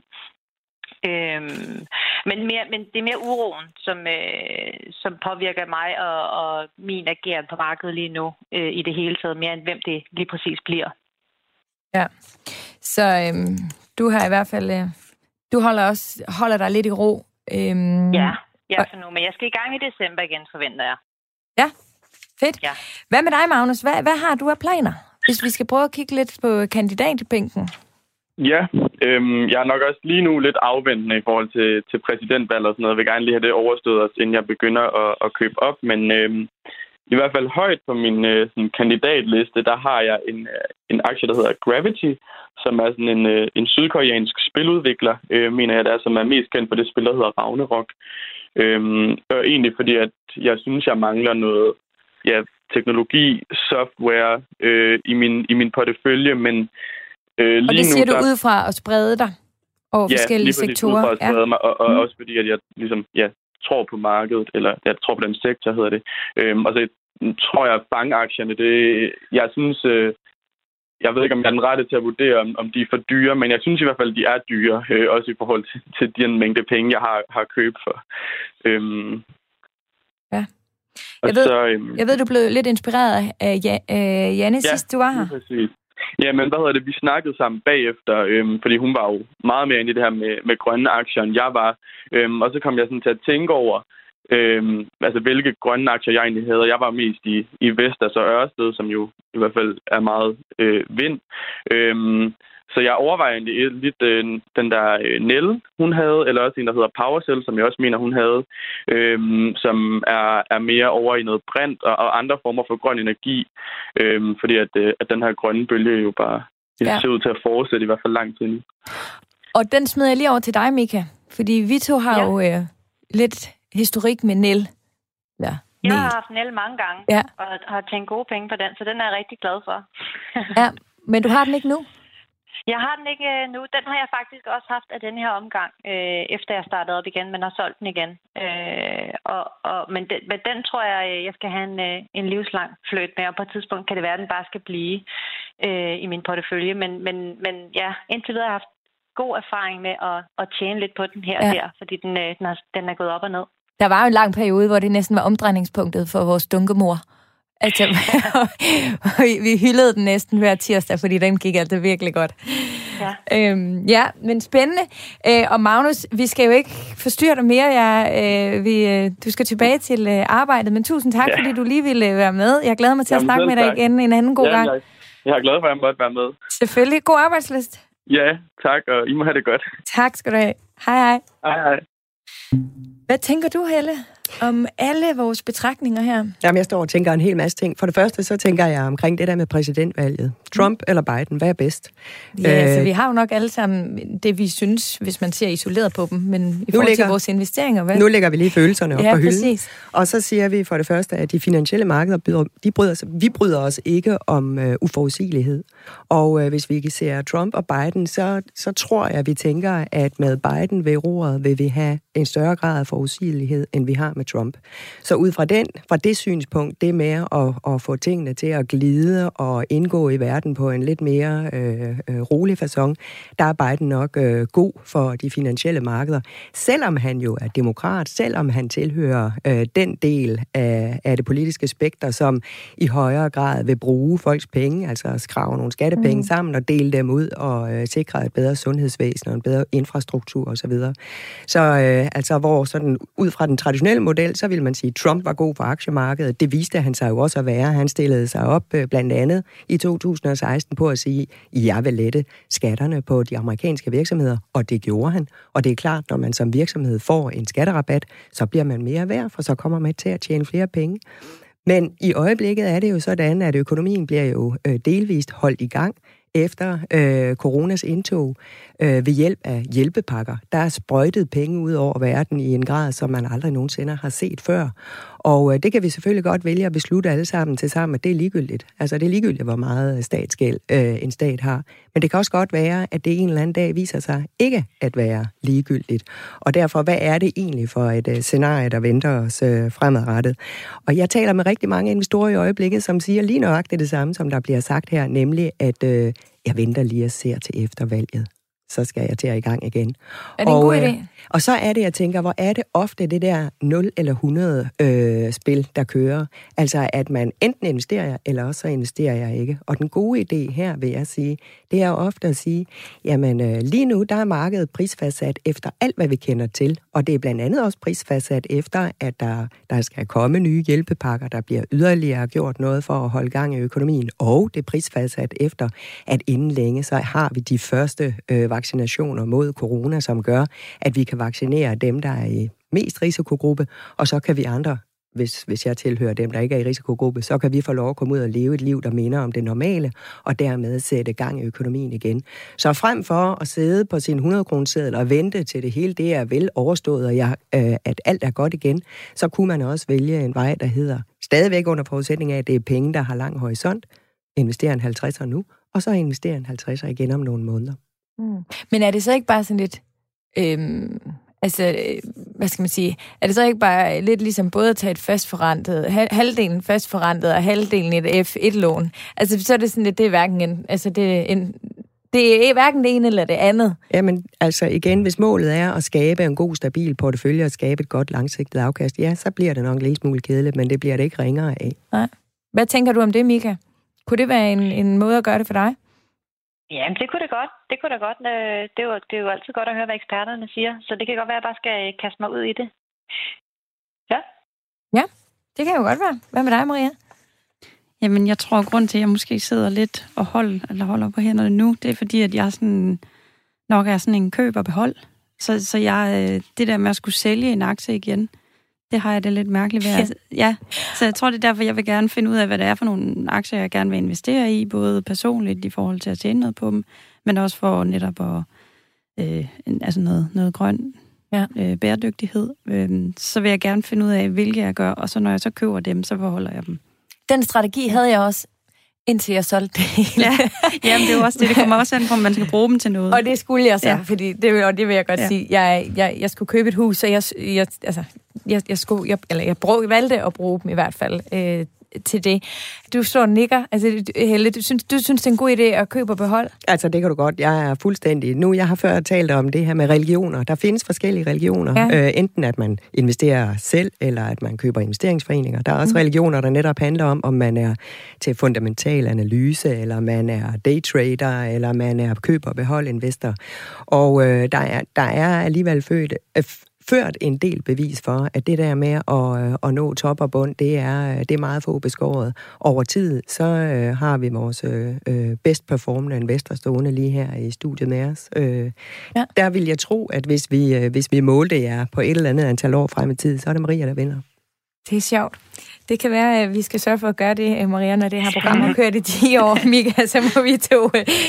Øhm, men, mere, men det er mere uroen, som, øh, som påvirker mig og, og min ageren på markedet lige nu øh, i det hele taget, mere end hvem det lige præcis bliver. Ja, så øhm, du har i hvert fald, øh, du holder også holder dig lidt i ro. Øhm, ja, ja, for nu, men jeg skal i gang i december igen, forventer jeg. Ja, fedt. Ja. Hvad med dig, Magnus? Hvad, hvad har du af planer, hvis vi skal prøve at kigge lidt på kandidatbænken? Ja, øhm, jeg er nok også lige nu lidt afventende i forhold til, til præsidentvalget og sådan noget. Jeg vil gerne lige have det overstået, inden jeg begynder at, at købe op. Men øhm, i hvert fald højt på min øh, sådan kandidatliste, der har jeg en, øh, en aktie, der hedder Gravity, som er sådan en, øh, en sydkoreansk spiludvikler, øh, mener jeg, der som er mest kendt for det spil, der hedder Ragnarok. Øhm, og egentlig fordi, at jeg synes, jeg mangler noget ja, teknologi, software øh, i, min, i min portefølje, men Øh, og det siger nu, du der... ud fra at sprede dig over ja, forskellige sektorer? Ja, lige præcis ud fra at sprede ja. mig, og, og mm. også fordi, at jeg ligesom, ja, tror på markedet, eller jeg tror på den sektor, hedder det. Øhm, og så tror jeg, at bankaktierne, det, jeg synes, øh, jeg ved ikke, om jeg er den rette til at vurdere, om, om de er for dyre, men jeg synes i hvert fald, at de er dyre, øh, også i forhold til, til den mængde penge, jeg har, har købt for. Øhm, ja. Jeg ved, så, øhm, jeg ved, du blev lidt inspireret af ja, øh, Janne ja, sidst, du var her. Præcis. Ja, men hvad hedder det? Vi snakkede sammen bagefter, øhm, fordi hun var jo meget mere inde i det her med, med grønne aktier, end jeg var. Øhm, og så kom jeg sådan til at tænke over, øhm, altså hvilke grønne aktier jeg egentlig havde. Jeg var mest i, i Vestas og Ørsted, som jo i hvert fald er meget øh, vind. Øhm, så jeg overvejer egentlig lidt øh, den der øh, Nel, hun havde, eller også en, der hedder PowerCell, som jeg også mener, hun havde, øhm, som er, er mere over i noget brint og, og andre former for grøn energi, øhm, fordi at, øh, at den her grønne bølge jo bare ja. ser ud til at fortsætte i hvert fald lang tid nu. Og den smider jeg lige over til dig, Mika, fordi vi to har ja. jo øh, lidt historik med Nel. Ja. Jeg har haft Nel mange gange, ja. og har tjent gode penge på den, så den er jeg rigtig glad for. Ja, men du har den ikke nu? Jeg har den ikke nu. Den har jeg faktisk også haft af den her omgang, øh, efter jeg startede op igen, men har solgt den igen. Øh, og, og, men, den, men den tror jeg, jeg skal have en, en livslang fløjt med, og på et tidspunkt kan det være, at den bare skal blive øh, i min portefølje. Men, men, men ja, indtil videre har jeg haft god erfaring med at, at tjene lidt på den her og ja. der, fordi den, den, er, den er gået op og ned. Der var jo en lang periode, hvor det næsten var omdrejningspunktet for vores dunkemor. Altså, vi hyldede den næsten hver tirsdag, fordi den gik altså virkelig godt. Ja, øhm, ja men spændende. Øh, og Magnus, vi skal jo ikke forstyrre dig mere. Jeg, øh, vi, øh, du skal tilbage til øh, arbejdet, men tusind tak, ja. fordi du lige ville være med. Jeg glæder mig til Jamen, at snakke med dig tak. igen en anden god ja, gang. Jeg, jeg er glad for, at jeg måtte være med. Selvfølgelig. God arbejdsløst. Ja, tak, og I må have det godt. Tak skal du have. Hej, hej. Hej, hej. Hvad tænker du, Helle? om alle vores betragtninger her? Jamen, jeg står og tænker en hel masse ting. For det første, så tænker jeg omkring det der med præsidentvalget. Trump mm. eller Biden, hvad er bedst? Ja, øh, altså, vi har jo nok alle sammen det, vi synes, hvis man ser isoleret på dem, men i forhold ligger, til vores investeringer, hvad? Nu lægger vi lige følelserne op ja, på hylden. Præcis. Og så siger vi for det første, at de finansielle markeder, de bryder sig, vi bryder os ikke om uh, uforudsigelighed. Og uh, hvis vi ser Trump og Biden, så, så tror jeg, at vi tænker, at med Biden ved roret vil vi have en større grad af forudsigelighed, end vi har med Trump. Så ud fra, den, fra det synspunkt, det med at, at få tingene til at glide og indgå i verden på en lidt mere øh, øh, rolig facon, der er Biden nok øh, god for de finansielle markeder. Selvom han jo er demokrat, selvom han tilhører øh, den del af, af det politiske spekter, som i højere grad vil bruge folks penge, altså skrave nogle skattepenge mm. sammen og dele dem ud og øh, sikre et bedre sundhedsvæsen og en bedre infrastruktur osv. Så, så øh, altså hvor sådan ud fra den traditionelle model, så vil man sige, at Trump var god for aktiemarkedet. Det viste han sig jo også at være. Han stillede sig op øh, blandt andet i to tusind og seksten på at sige, at jeg vil lette skatterne på de amerikanske virksomheder, og det gjorde han. Og det er klart, når man som virksomhed får en skatterabat, så bliver man mere værd, for så kommer man til at tjene flere penge. Men i øjeblikket er det jo sådan, at økonomien bliver jo øh, delvist holdt i gang efter øh, coronas indtog øh, ved hjælp af hjælpepakker. Der er sprøjtet penge ud over verden i en grad, som man aldrig nogensinde har set før. Og øh, det kan vi selvfølgelig godt vælge at beslutte alle sammen til sammen, at det er ligegyldigt. Altså det er ligegyldigt, hvor meget statsgæld øh, en stat har. Men det kan også godt være, at det en eller anden dag viser sig ikke at være ligegyldigt. Og derfor, hvad er det egentlig for et øh, scenarie, der venter os øh, fremadrettet? Og jeg taler med rigtig mange investorer i øjeblikket, som siger lige nøjagtigt det samme, som der bliver sagt her, nemlig at øh, jeg venter lige og ser til eftervalget. Så skal jeg til at i gang igen. Er det en og, god idé? Øh, og så er det, jeg tænker, hvor er det ofte det der nul eller hundrede øh, spil, der kører. Altså, at man enten investerer, eller også så investerer jeg ikke. Og den gode idé her, vil jeg sige, det er jo ofte at sige, jamen øh, lige nu, der er markedet prisfastsat efter alt, hvad vi kender til. Og det er blandt andet også prisfastsat efter, at der, der skal komme nye hjælpepakker, der bliver yderligere gjort noget for at holde gang i økonomien. Og det er prisfastsat efter, at inden længe, så har vi de første øh, vaccinationer mod corona, som gør, at vi kan vaccinere dem, der er i mest risikogruppe, og så kan vi andre, hvis, hvis jeg tilhører dem, der ikke er i risikogruppe, så kan vi få lov at komme ud og leve et liv, der minder om det normale, og dermed sætte gang i økonomien igen. Så frem for at sidde på sin hundrede-kroneseddel og vente til det hele det er vel overstået, og jeg, øh, at alt er godt igen, så kunne man også vælge en vej, der hedder stadigvæk under forudsætning af, at det er penge, der har lang horisont, investere en halvtredser nu, og så investere en halvtredser igen om nogle måneder. Mm. Men er det så ikke bare sådan lidt, øhm, altså, hvad skal man sige, er det så ikke bare lidt ligesom både at tage et fastforrentet, halvdelen fastforrentet og halvdelen et F et lån? Altså, så er det sådan lidt, det er hverken en, altså, det er en, det er hverken det ene eller det andet. Jamen, altså igen, hvis målet er at skabe en god, stabil portefølje og skabe et godt langsigtet afkast, ja, så bliver det nok en lille smule kedeligt, men det bliver det ikke ringere af. Nej. Hvad tænker du om det, Mika? Kunne det være en, en måde at gøre det for dig? Ja, det kunne det godt. Det kunne da godt. Det er, jo, det er jo altid godt at høre, hvad eksperterne siger. Så det kan godt være, at jeg bare skal kaste mig ud i det. Ja. Ja, det kan jo godt være. Hvad med dig, Maria? Jamen, jeg tror, at grunden til, at jeg måske sidder lidt og hold, eller holder på hænderne nu, det er fordi, at jeg sådan, nok er sådan en køb og behold. Så, så jeg, det der med at skulle sælge en aktie igen, det har jeg det lidt mærkeligt ved. Ja. ja, så jeg tror, det er derfor, jeg vil gerne finde ud af, hvad det er for nogle aktier, jeg gerne vil investere i, både personligt i forhold til at tjene noget på dem, men også for netop at, øh, altså noget, noget grøn ja. øh, bæredygtighed. Øh, så vil jeg gerne finde ud af, hvilke jeg gør, og så når jeg så køber dem, så beholder jeg dem. Den strategi havde jeg også, indtil jeg solgte det hele. Ja, jamen, det er jo også det. Det kommer også an på, om man skal bruge dem til noget. Og det skulle jeg så, ja. fordi det, og det vil jeg godt ja. sige. Jeg, jeg, jeg skulle købe et hus, så jeg, jeg, altså, jeg, jeg, skulle, jeg, eller jeg, brug, jeg valgte at bruge dem i hvert fald øh, til det. Du står og nikker. Altså, Helle, du synes, du synes, det er en god idé at købe og beholde? Altså, det kan du godt. Jeg er fuldstændig... Nu, jeg har før talt om det her med religioner. Der findes forskellige religioner. Ja. Øh, enten at man investerer selv, eller at man køber investeringsforeninger. Der er også mm. religioner, der netop handler om, om man er til fundamental analyse, eller man er daytrader, eller man er køber og behold investor. Og øh, der, er, der er alligevel født... Øh, ført en del bevis for, at det der med at, at nå top og bund, det er, det er meget få beskåret. Over tid, så øh, har vi vores øh, bedst performende investor stående lige her i studiet med os. Øh, ja. Der vil jeg tro, at hvis vi, øh, hvis vi målte jer på et eller andet antal år frem i tid, så er det Maria, der vinder. Det er sjovt. Det kan være, at vi skal sørge for at gøre det, Maria, når det her program har kørt i ti år. Mika, så må vi to...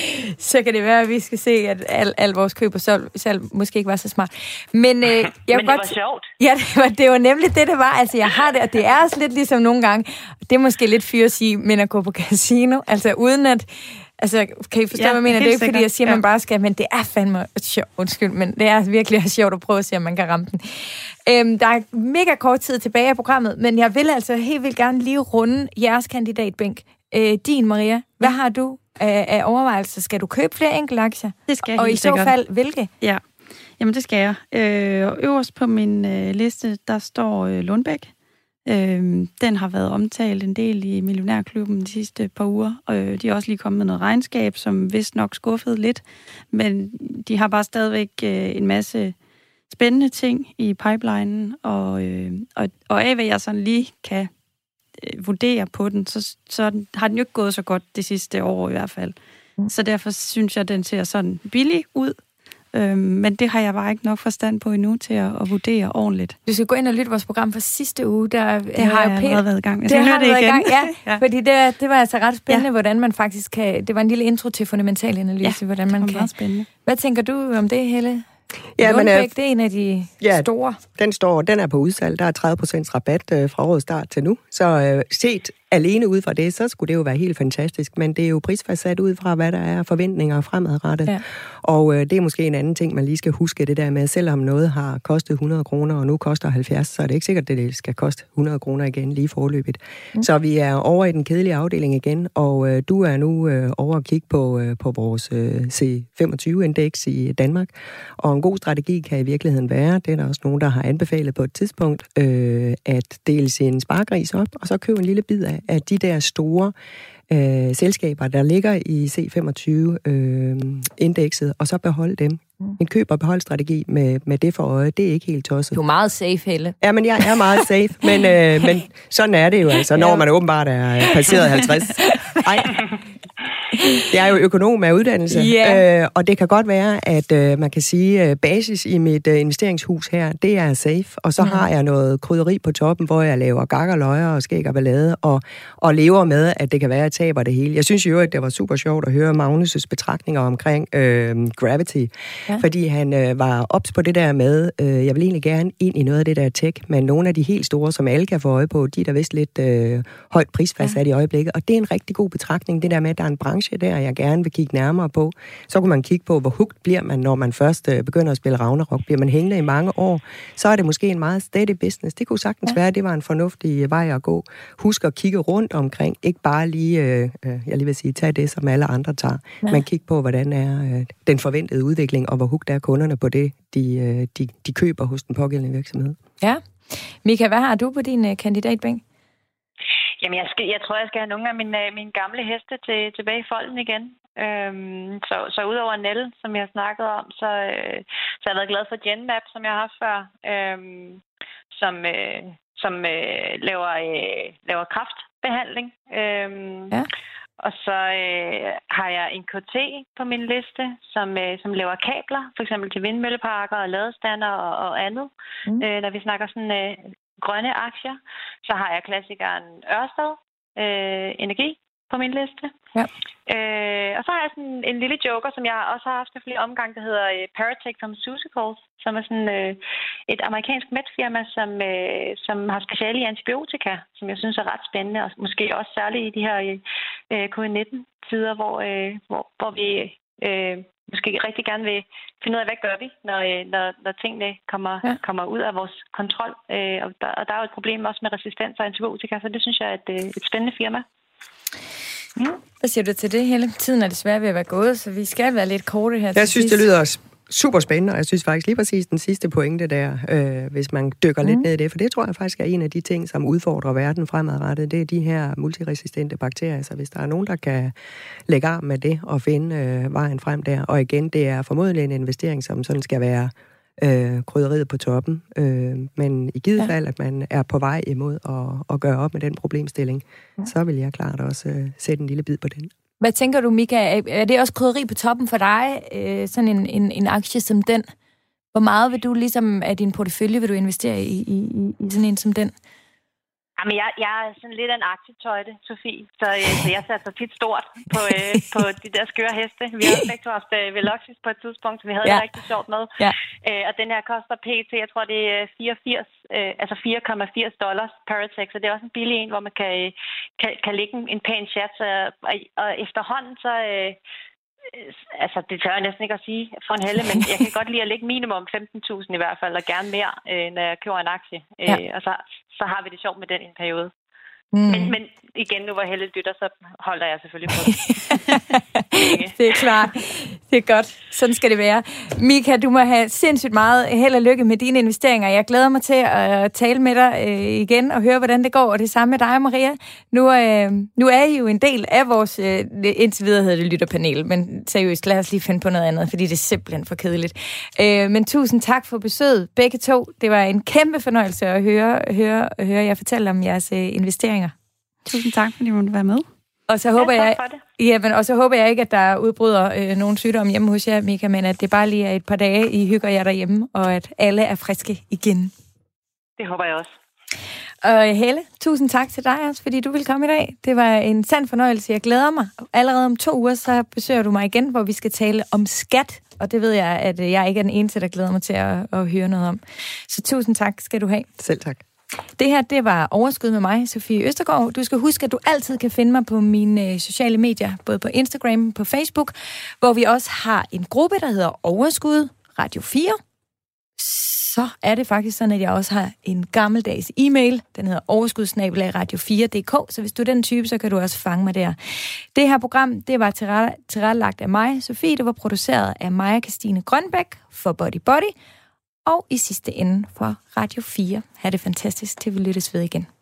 Så kan det være, at vi skal se, at al, al vores køb og salg, salg måske ikke var så smart. Men, øh, jeg Men det godt, var sjovt. Ja, det var, det var nemlig det, det var. Altså, jeg har det, og det er også lidt ligesom nogle gange. Det er måske lidt fyre at sige, men at gå på casino. Altså, uden at... Altså, kan I forstå, ja, hvad jeg mener? Det er ikke, fordi jeg siger, at man bare skal, men det er fandme sjovt. Undskyld, men det er virkelig sjovt at prøve at se, om man kan ramme den. Øhm, der er mega kort tid tilbage af programmet, men jeg vil altså helt vildt gerne lige runde jeres kandidatbænk. Øh, din, Maria, hvad har du af, af overvejelser? Skal du købe flere enkeltaktier? Det skal jeg. Og i så sikkert. fald, hvilke? Ja, jamen det skal jeg. Øh, øverst på min øh, liste, der står øh, Lundbæk. Øh, den har været omtalt en del i Millionærklubben de sidste par uger. Øh, de har også lige kommet med noget regnskab, som vist nok skuffede lidt. Men de har bare stadigvæk øh, en masse spændende ting i pipelinen. Og, øh, og, og af hvad jeg sådan lige kan øh, vurdere på den, så, så har den jo ikke gået så godt det sidste år i hvert fald. Mm. Så derfor synes jeg, at den ser sådan billig ud. Øhm, men det har jeg bare ikke nok forstand på endnu til at, at vurdere ordentligt. Du skal gå ind og lytte vores program fra sidste uge. Der, det har jeg allerede været i gang med. Det har det været i igen. gang, ja. ja. Fordi det, det var altså ret spændende, ja. Hvordan man faktisk kan... Det var en lille intro til fundamental analyse, ja, hvordan man det kan... Meget spændende. Hvad tænker du om det, Helle? Ja, Lundbæk, men, øh, det er en af de ja, store. Den står, den er på udsalg. Der er tredive procent rabat øh, fra årets start til nu. Så øh, set alene ud fra det, så skulle det jo være helt fantastisk. Men det er jo prisfastsat ud fra, hvad der er forventninger fremadrettet. Ja. Og øh, det er måske en anden ting, man lige skal huske det der med, selvom noget har kostet hundrede kroner, og nu koster halvfjerds, så er det ikke sikkert, at det skal koste hundrede kroner igen lige forløbet. Mm. Så vi er over i den kedelige afdeling igen, og øh, du er nu øh, over at kigge på, øh, på vores øh, C femogtyve-indeks i Danmark. Og en god strategi kan i virkeligheden være, det er der også nogen, der har anbefalet på et tidspunkt, øh, at dele sin sparegris op, og så købe en lille bid af, af de der store øh, selskaber, der ligger i C femogtyve-indekset, øh, og så beholde dem. Mm. En køb- og beholdstrategi med, med det for øje, det er ikke helt tosset. Du er meget safe, Helle. Ja, men jeg er meget safe, men, øh, men sådan er det jo altså, når man åbenbart er passeret halvtreds. Ej. Jeg er jo økonom af uddannelse, yeah. øh, og det kan godt være, at øh, man kan sige, at basis i mit øh, investeringshus her, det er safe, og så mm. har jeg noget krydderi på toppen, hvor jeg laver gakker, løjer og skæg og ballade, og, og lever med, at det kan være, at jeg taber det hele. Jeg synes jo, at det var super sjovt at høre Magnus' betragtninger omkring øh, Gravity, ja. Fordi han øh, var ops på det der med, øh, jeg vil egentlig gerne ind i noget af det der tech, men nogle af de helt store, som alle kan få øje på, de er der vist lidt øh, højt prisfastsat ja. I øjeblikket, og det er en rigtig god betragtning, det der med, at der er en branche der, jeg gerne vil kigge nærmere på. Så kunne man kigge på, hvor hooked bliver man, når man først øh, begynder at spille Ragnarok. Bliver man hængende i mange år, så er det måske en meget steady business. Det kunne sagtens ja. Være, at det var en fornuftig vej at gå. Husk at kigge rundt omkring. Ikke bare lige, øh, jeg lige vil sige, tage det, som alle andre tager. Ja. Men kigge på, hvordan er øh, den forventede udvikling, og hvor hooked er kunderne på det, de, øh, de, de køber hos den pågældende virksomhed. Ja. Mika, hvad har du på din øh, kandidatbænk? Jamen, jeg, skal, jeg tror, jeg skal have nogle af mine, mine gamle heste til, tilbage i folden igen. Øhm, så, så udover Nell, som jeg snakkede om, så, øh, så har jeg været glad for Genmap, som jeg har haft før, øhm, som, øh, som øh, laver, øh, laver kræftbehandling. Øhm, ja. Og så øh, har jeg en K T på min liste, som, øh, som laver kabler, for eksempel til vindmølleparker og ladestander og, og andet. Mm. Øh, når vi snakker sådan øh, grønne aktier, så har jeg klassikeren Ørsted øh, Energi på min liste. Ja. Øh, og så har jeg sådan en lille joker, som jeg også har haft i flere omgange, der hedder øh, Paratech Pharmaceuticals, som er sådan øh, et amerikansk medfirma, som, øh, som har speciale i antibiotika, som jeg synes er ret spændende, og måske også særligt i de her øh, covid nitten-tider, hvor, øh, hvor, hvor vi øh, måske rigtig gerne vil finde ud af, hvad gør vi, når, når, når tingene kommer, ja. kommer ud af vores kontrol. Øh, og, der, og der er jo et problem også med resistens og antibiotika, så det synes jeg er et, et spændende firma. Mm. Hvad siger du til det, Helle? Tiden er desværre ved at være gået, så vi skal være lidt korte her. Jeg synes, det lyder super spændende, og jeg synes faktisk lige præcis den sidste pointe der, øh, hvis man dykker mm. lidt ned i det, for det tror jeg faktisk er en af de ting, som udfordrer verden fremadrettet, det er de her multiresistente bakterier, så hvis der er nogen, der kan lægge arm med det og finde øh, vejen frem der, og igen, det er formodentlig en investering, som sådan skal være øh, krydderiet på toppen. Øh, men i givet Ja. fald, at man er på vej imod at, at gøre op med den problemstilling, ja. så vil jeg klart også øh, sætte en lille bid på den. Hvad tænker du, Mika? Er det også krydderi på toppen for dig? Øh, sådan en, en, en aktie som den? Hvor meget vil du ligesom af din portefølje vil du investere i, i, i sådan en som den? Jamen, jeg, jeg er sådan lidt af en aktietøjte, Sofie, så, øh, så jeg satser tit stort på, øh, på de der skøre heste. Vi har også haft øh, Veloxis på et tidspunkt, som vi havde ja. det rigtig sjovt med. Ja. Øh, og den her koster pt, jeg tror det er fireogfirs, øh, altså fire komma firs dollars Paratex, så det er også en billig en, hvor man kan, kan, kan lægge en, en pæn chat. Så, og, og efterhånden så... Øh, Altså, det tør jeg næsten ikke at sige for en helle, men jeg kan godt lide at lægge minimum femten tusind i hvert fald, og gerne mere, øh, når jeg køber en aktie. Ja. Øh, og så, så har vi det sjovt med den i en periode. Mm. Men, men igen, nu hvor Helle dytter, så holder jeg selvfølgelig på det. Det er klart. Det er godt. Sådan skal det være. Mika, du må have sindssygt meget held og lykke med dine investeringer. Jeg glæder mig til at tale med dig øh, igen og høre, hvordan det går. Og det samme med dig, Maria. Nu, øh, nu er I jo en del af vores, øh, indtil videre hedder det lytterpanel, men seriøst, lad os lige finde på noget andet, fordi det er simpelthen for kedeligt. Øh, men tusind tak for besøget, begge to. Det var en kæmpe fornøjelse at høre, høre, høre jer fortælle om jeres øh, investeringer. Tusind tak, fordi I måtte være med. Og så håber ja, jeg, ja, men og så håber jeg ikke, at der udbryder øh, nogen sygdom hjemme hos jer, Mika, men at det bare lige er et par dage, I hygger jer derhjemme, og at alle er friske igen. Det håber jeg også. Og Helle, tusind tak til dig også, fordi du ville komme i dag. Det var en sand fornøjelse. Jeg glæder mig. Allerede om to uger, så besøger du mig igen, hvor vi skal tale om skat. Og det ved jeg, at jeg ikke er den eneste, der glæder mig til at, at høre noget om. Så tusind tak skal du have. Selv tak. Det her, det var Overskud med mig, Sofie Østergaard. Du skal huske, at du altid kan finde mig på mine sociale medier, både på Instagram og på Facebook, hvor vi også har en gruppe, der hedder Overskud Radio fire. Så er det faktisk sådan, at jeg også har en gammeldags e-mail. Den hedder overskud snabel-a radio fire punktum d k, så hvis du er den type, så kan du også fange mig der. Det her program, det var tilrettelagt af mig, Sofie. Det var produceret af Maja Christine Grønbæk for Body Body. Og i sidste ende for Radio fire. Ha' det fantastisk, til vi lyttes ved igen.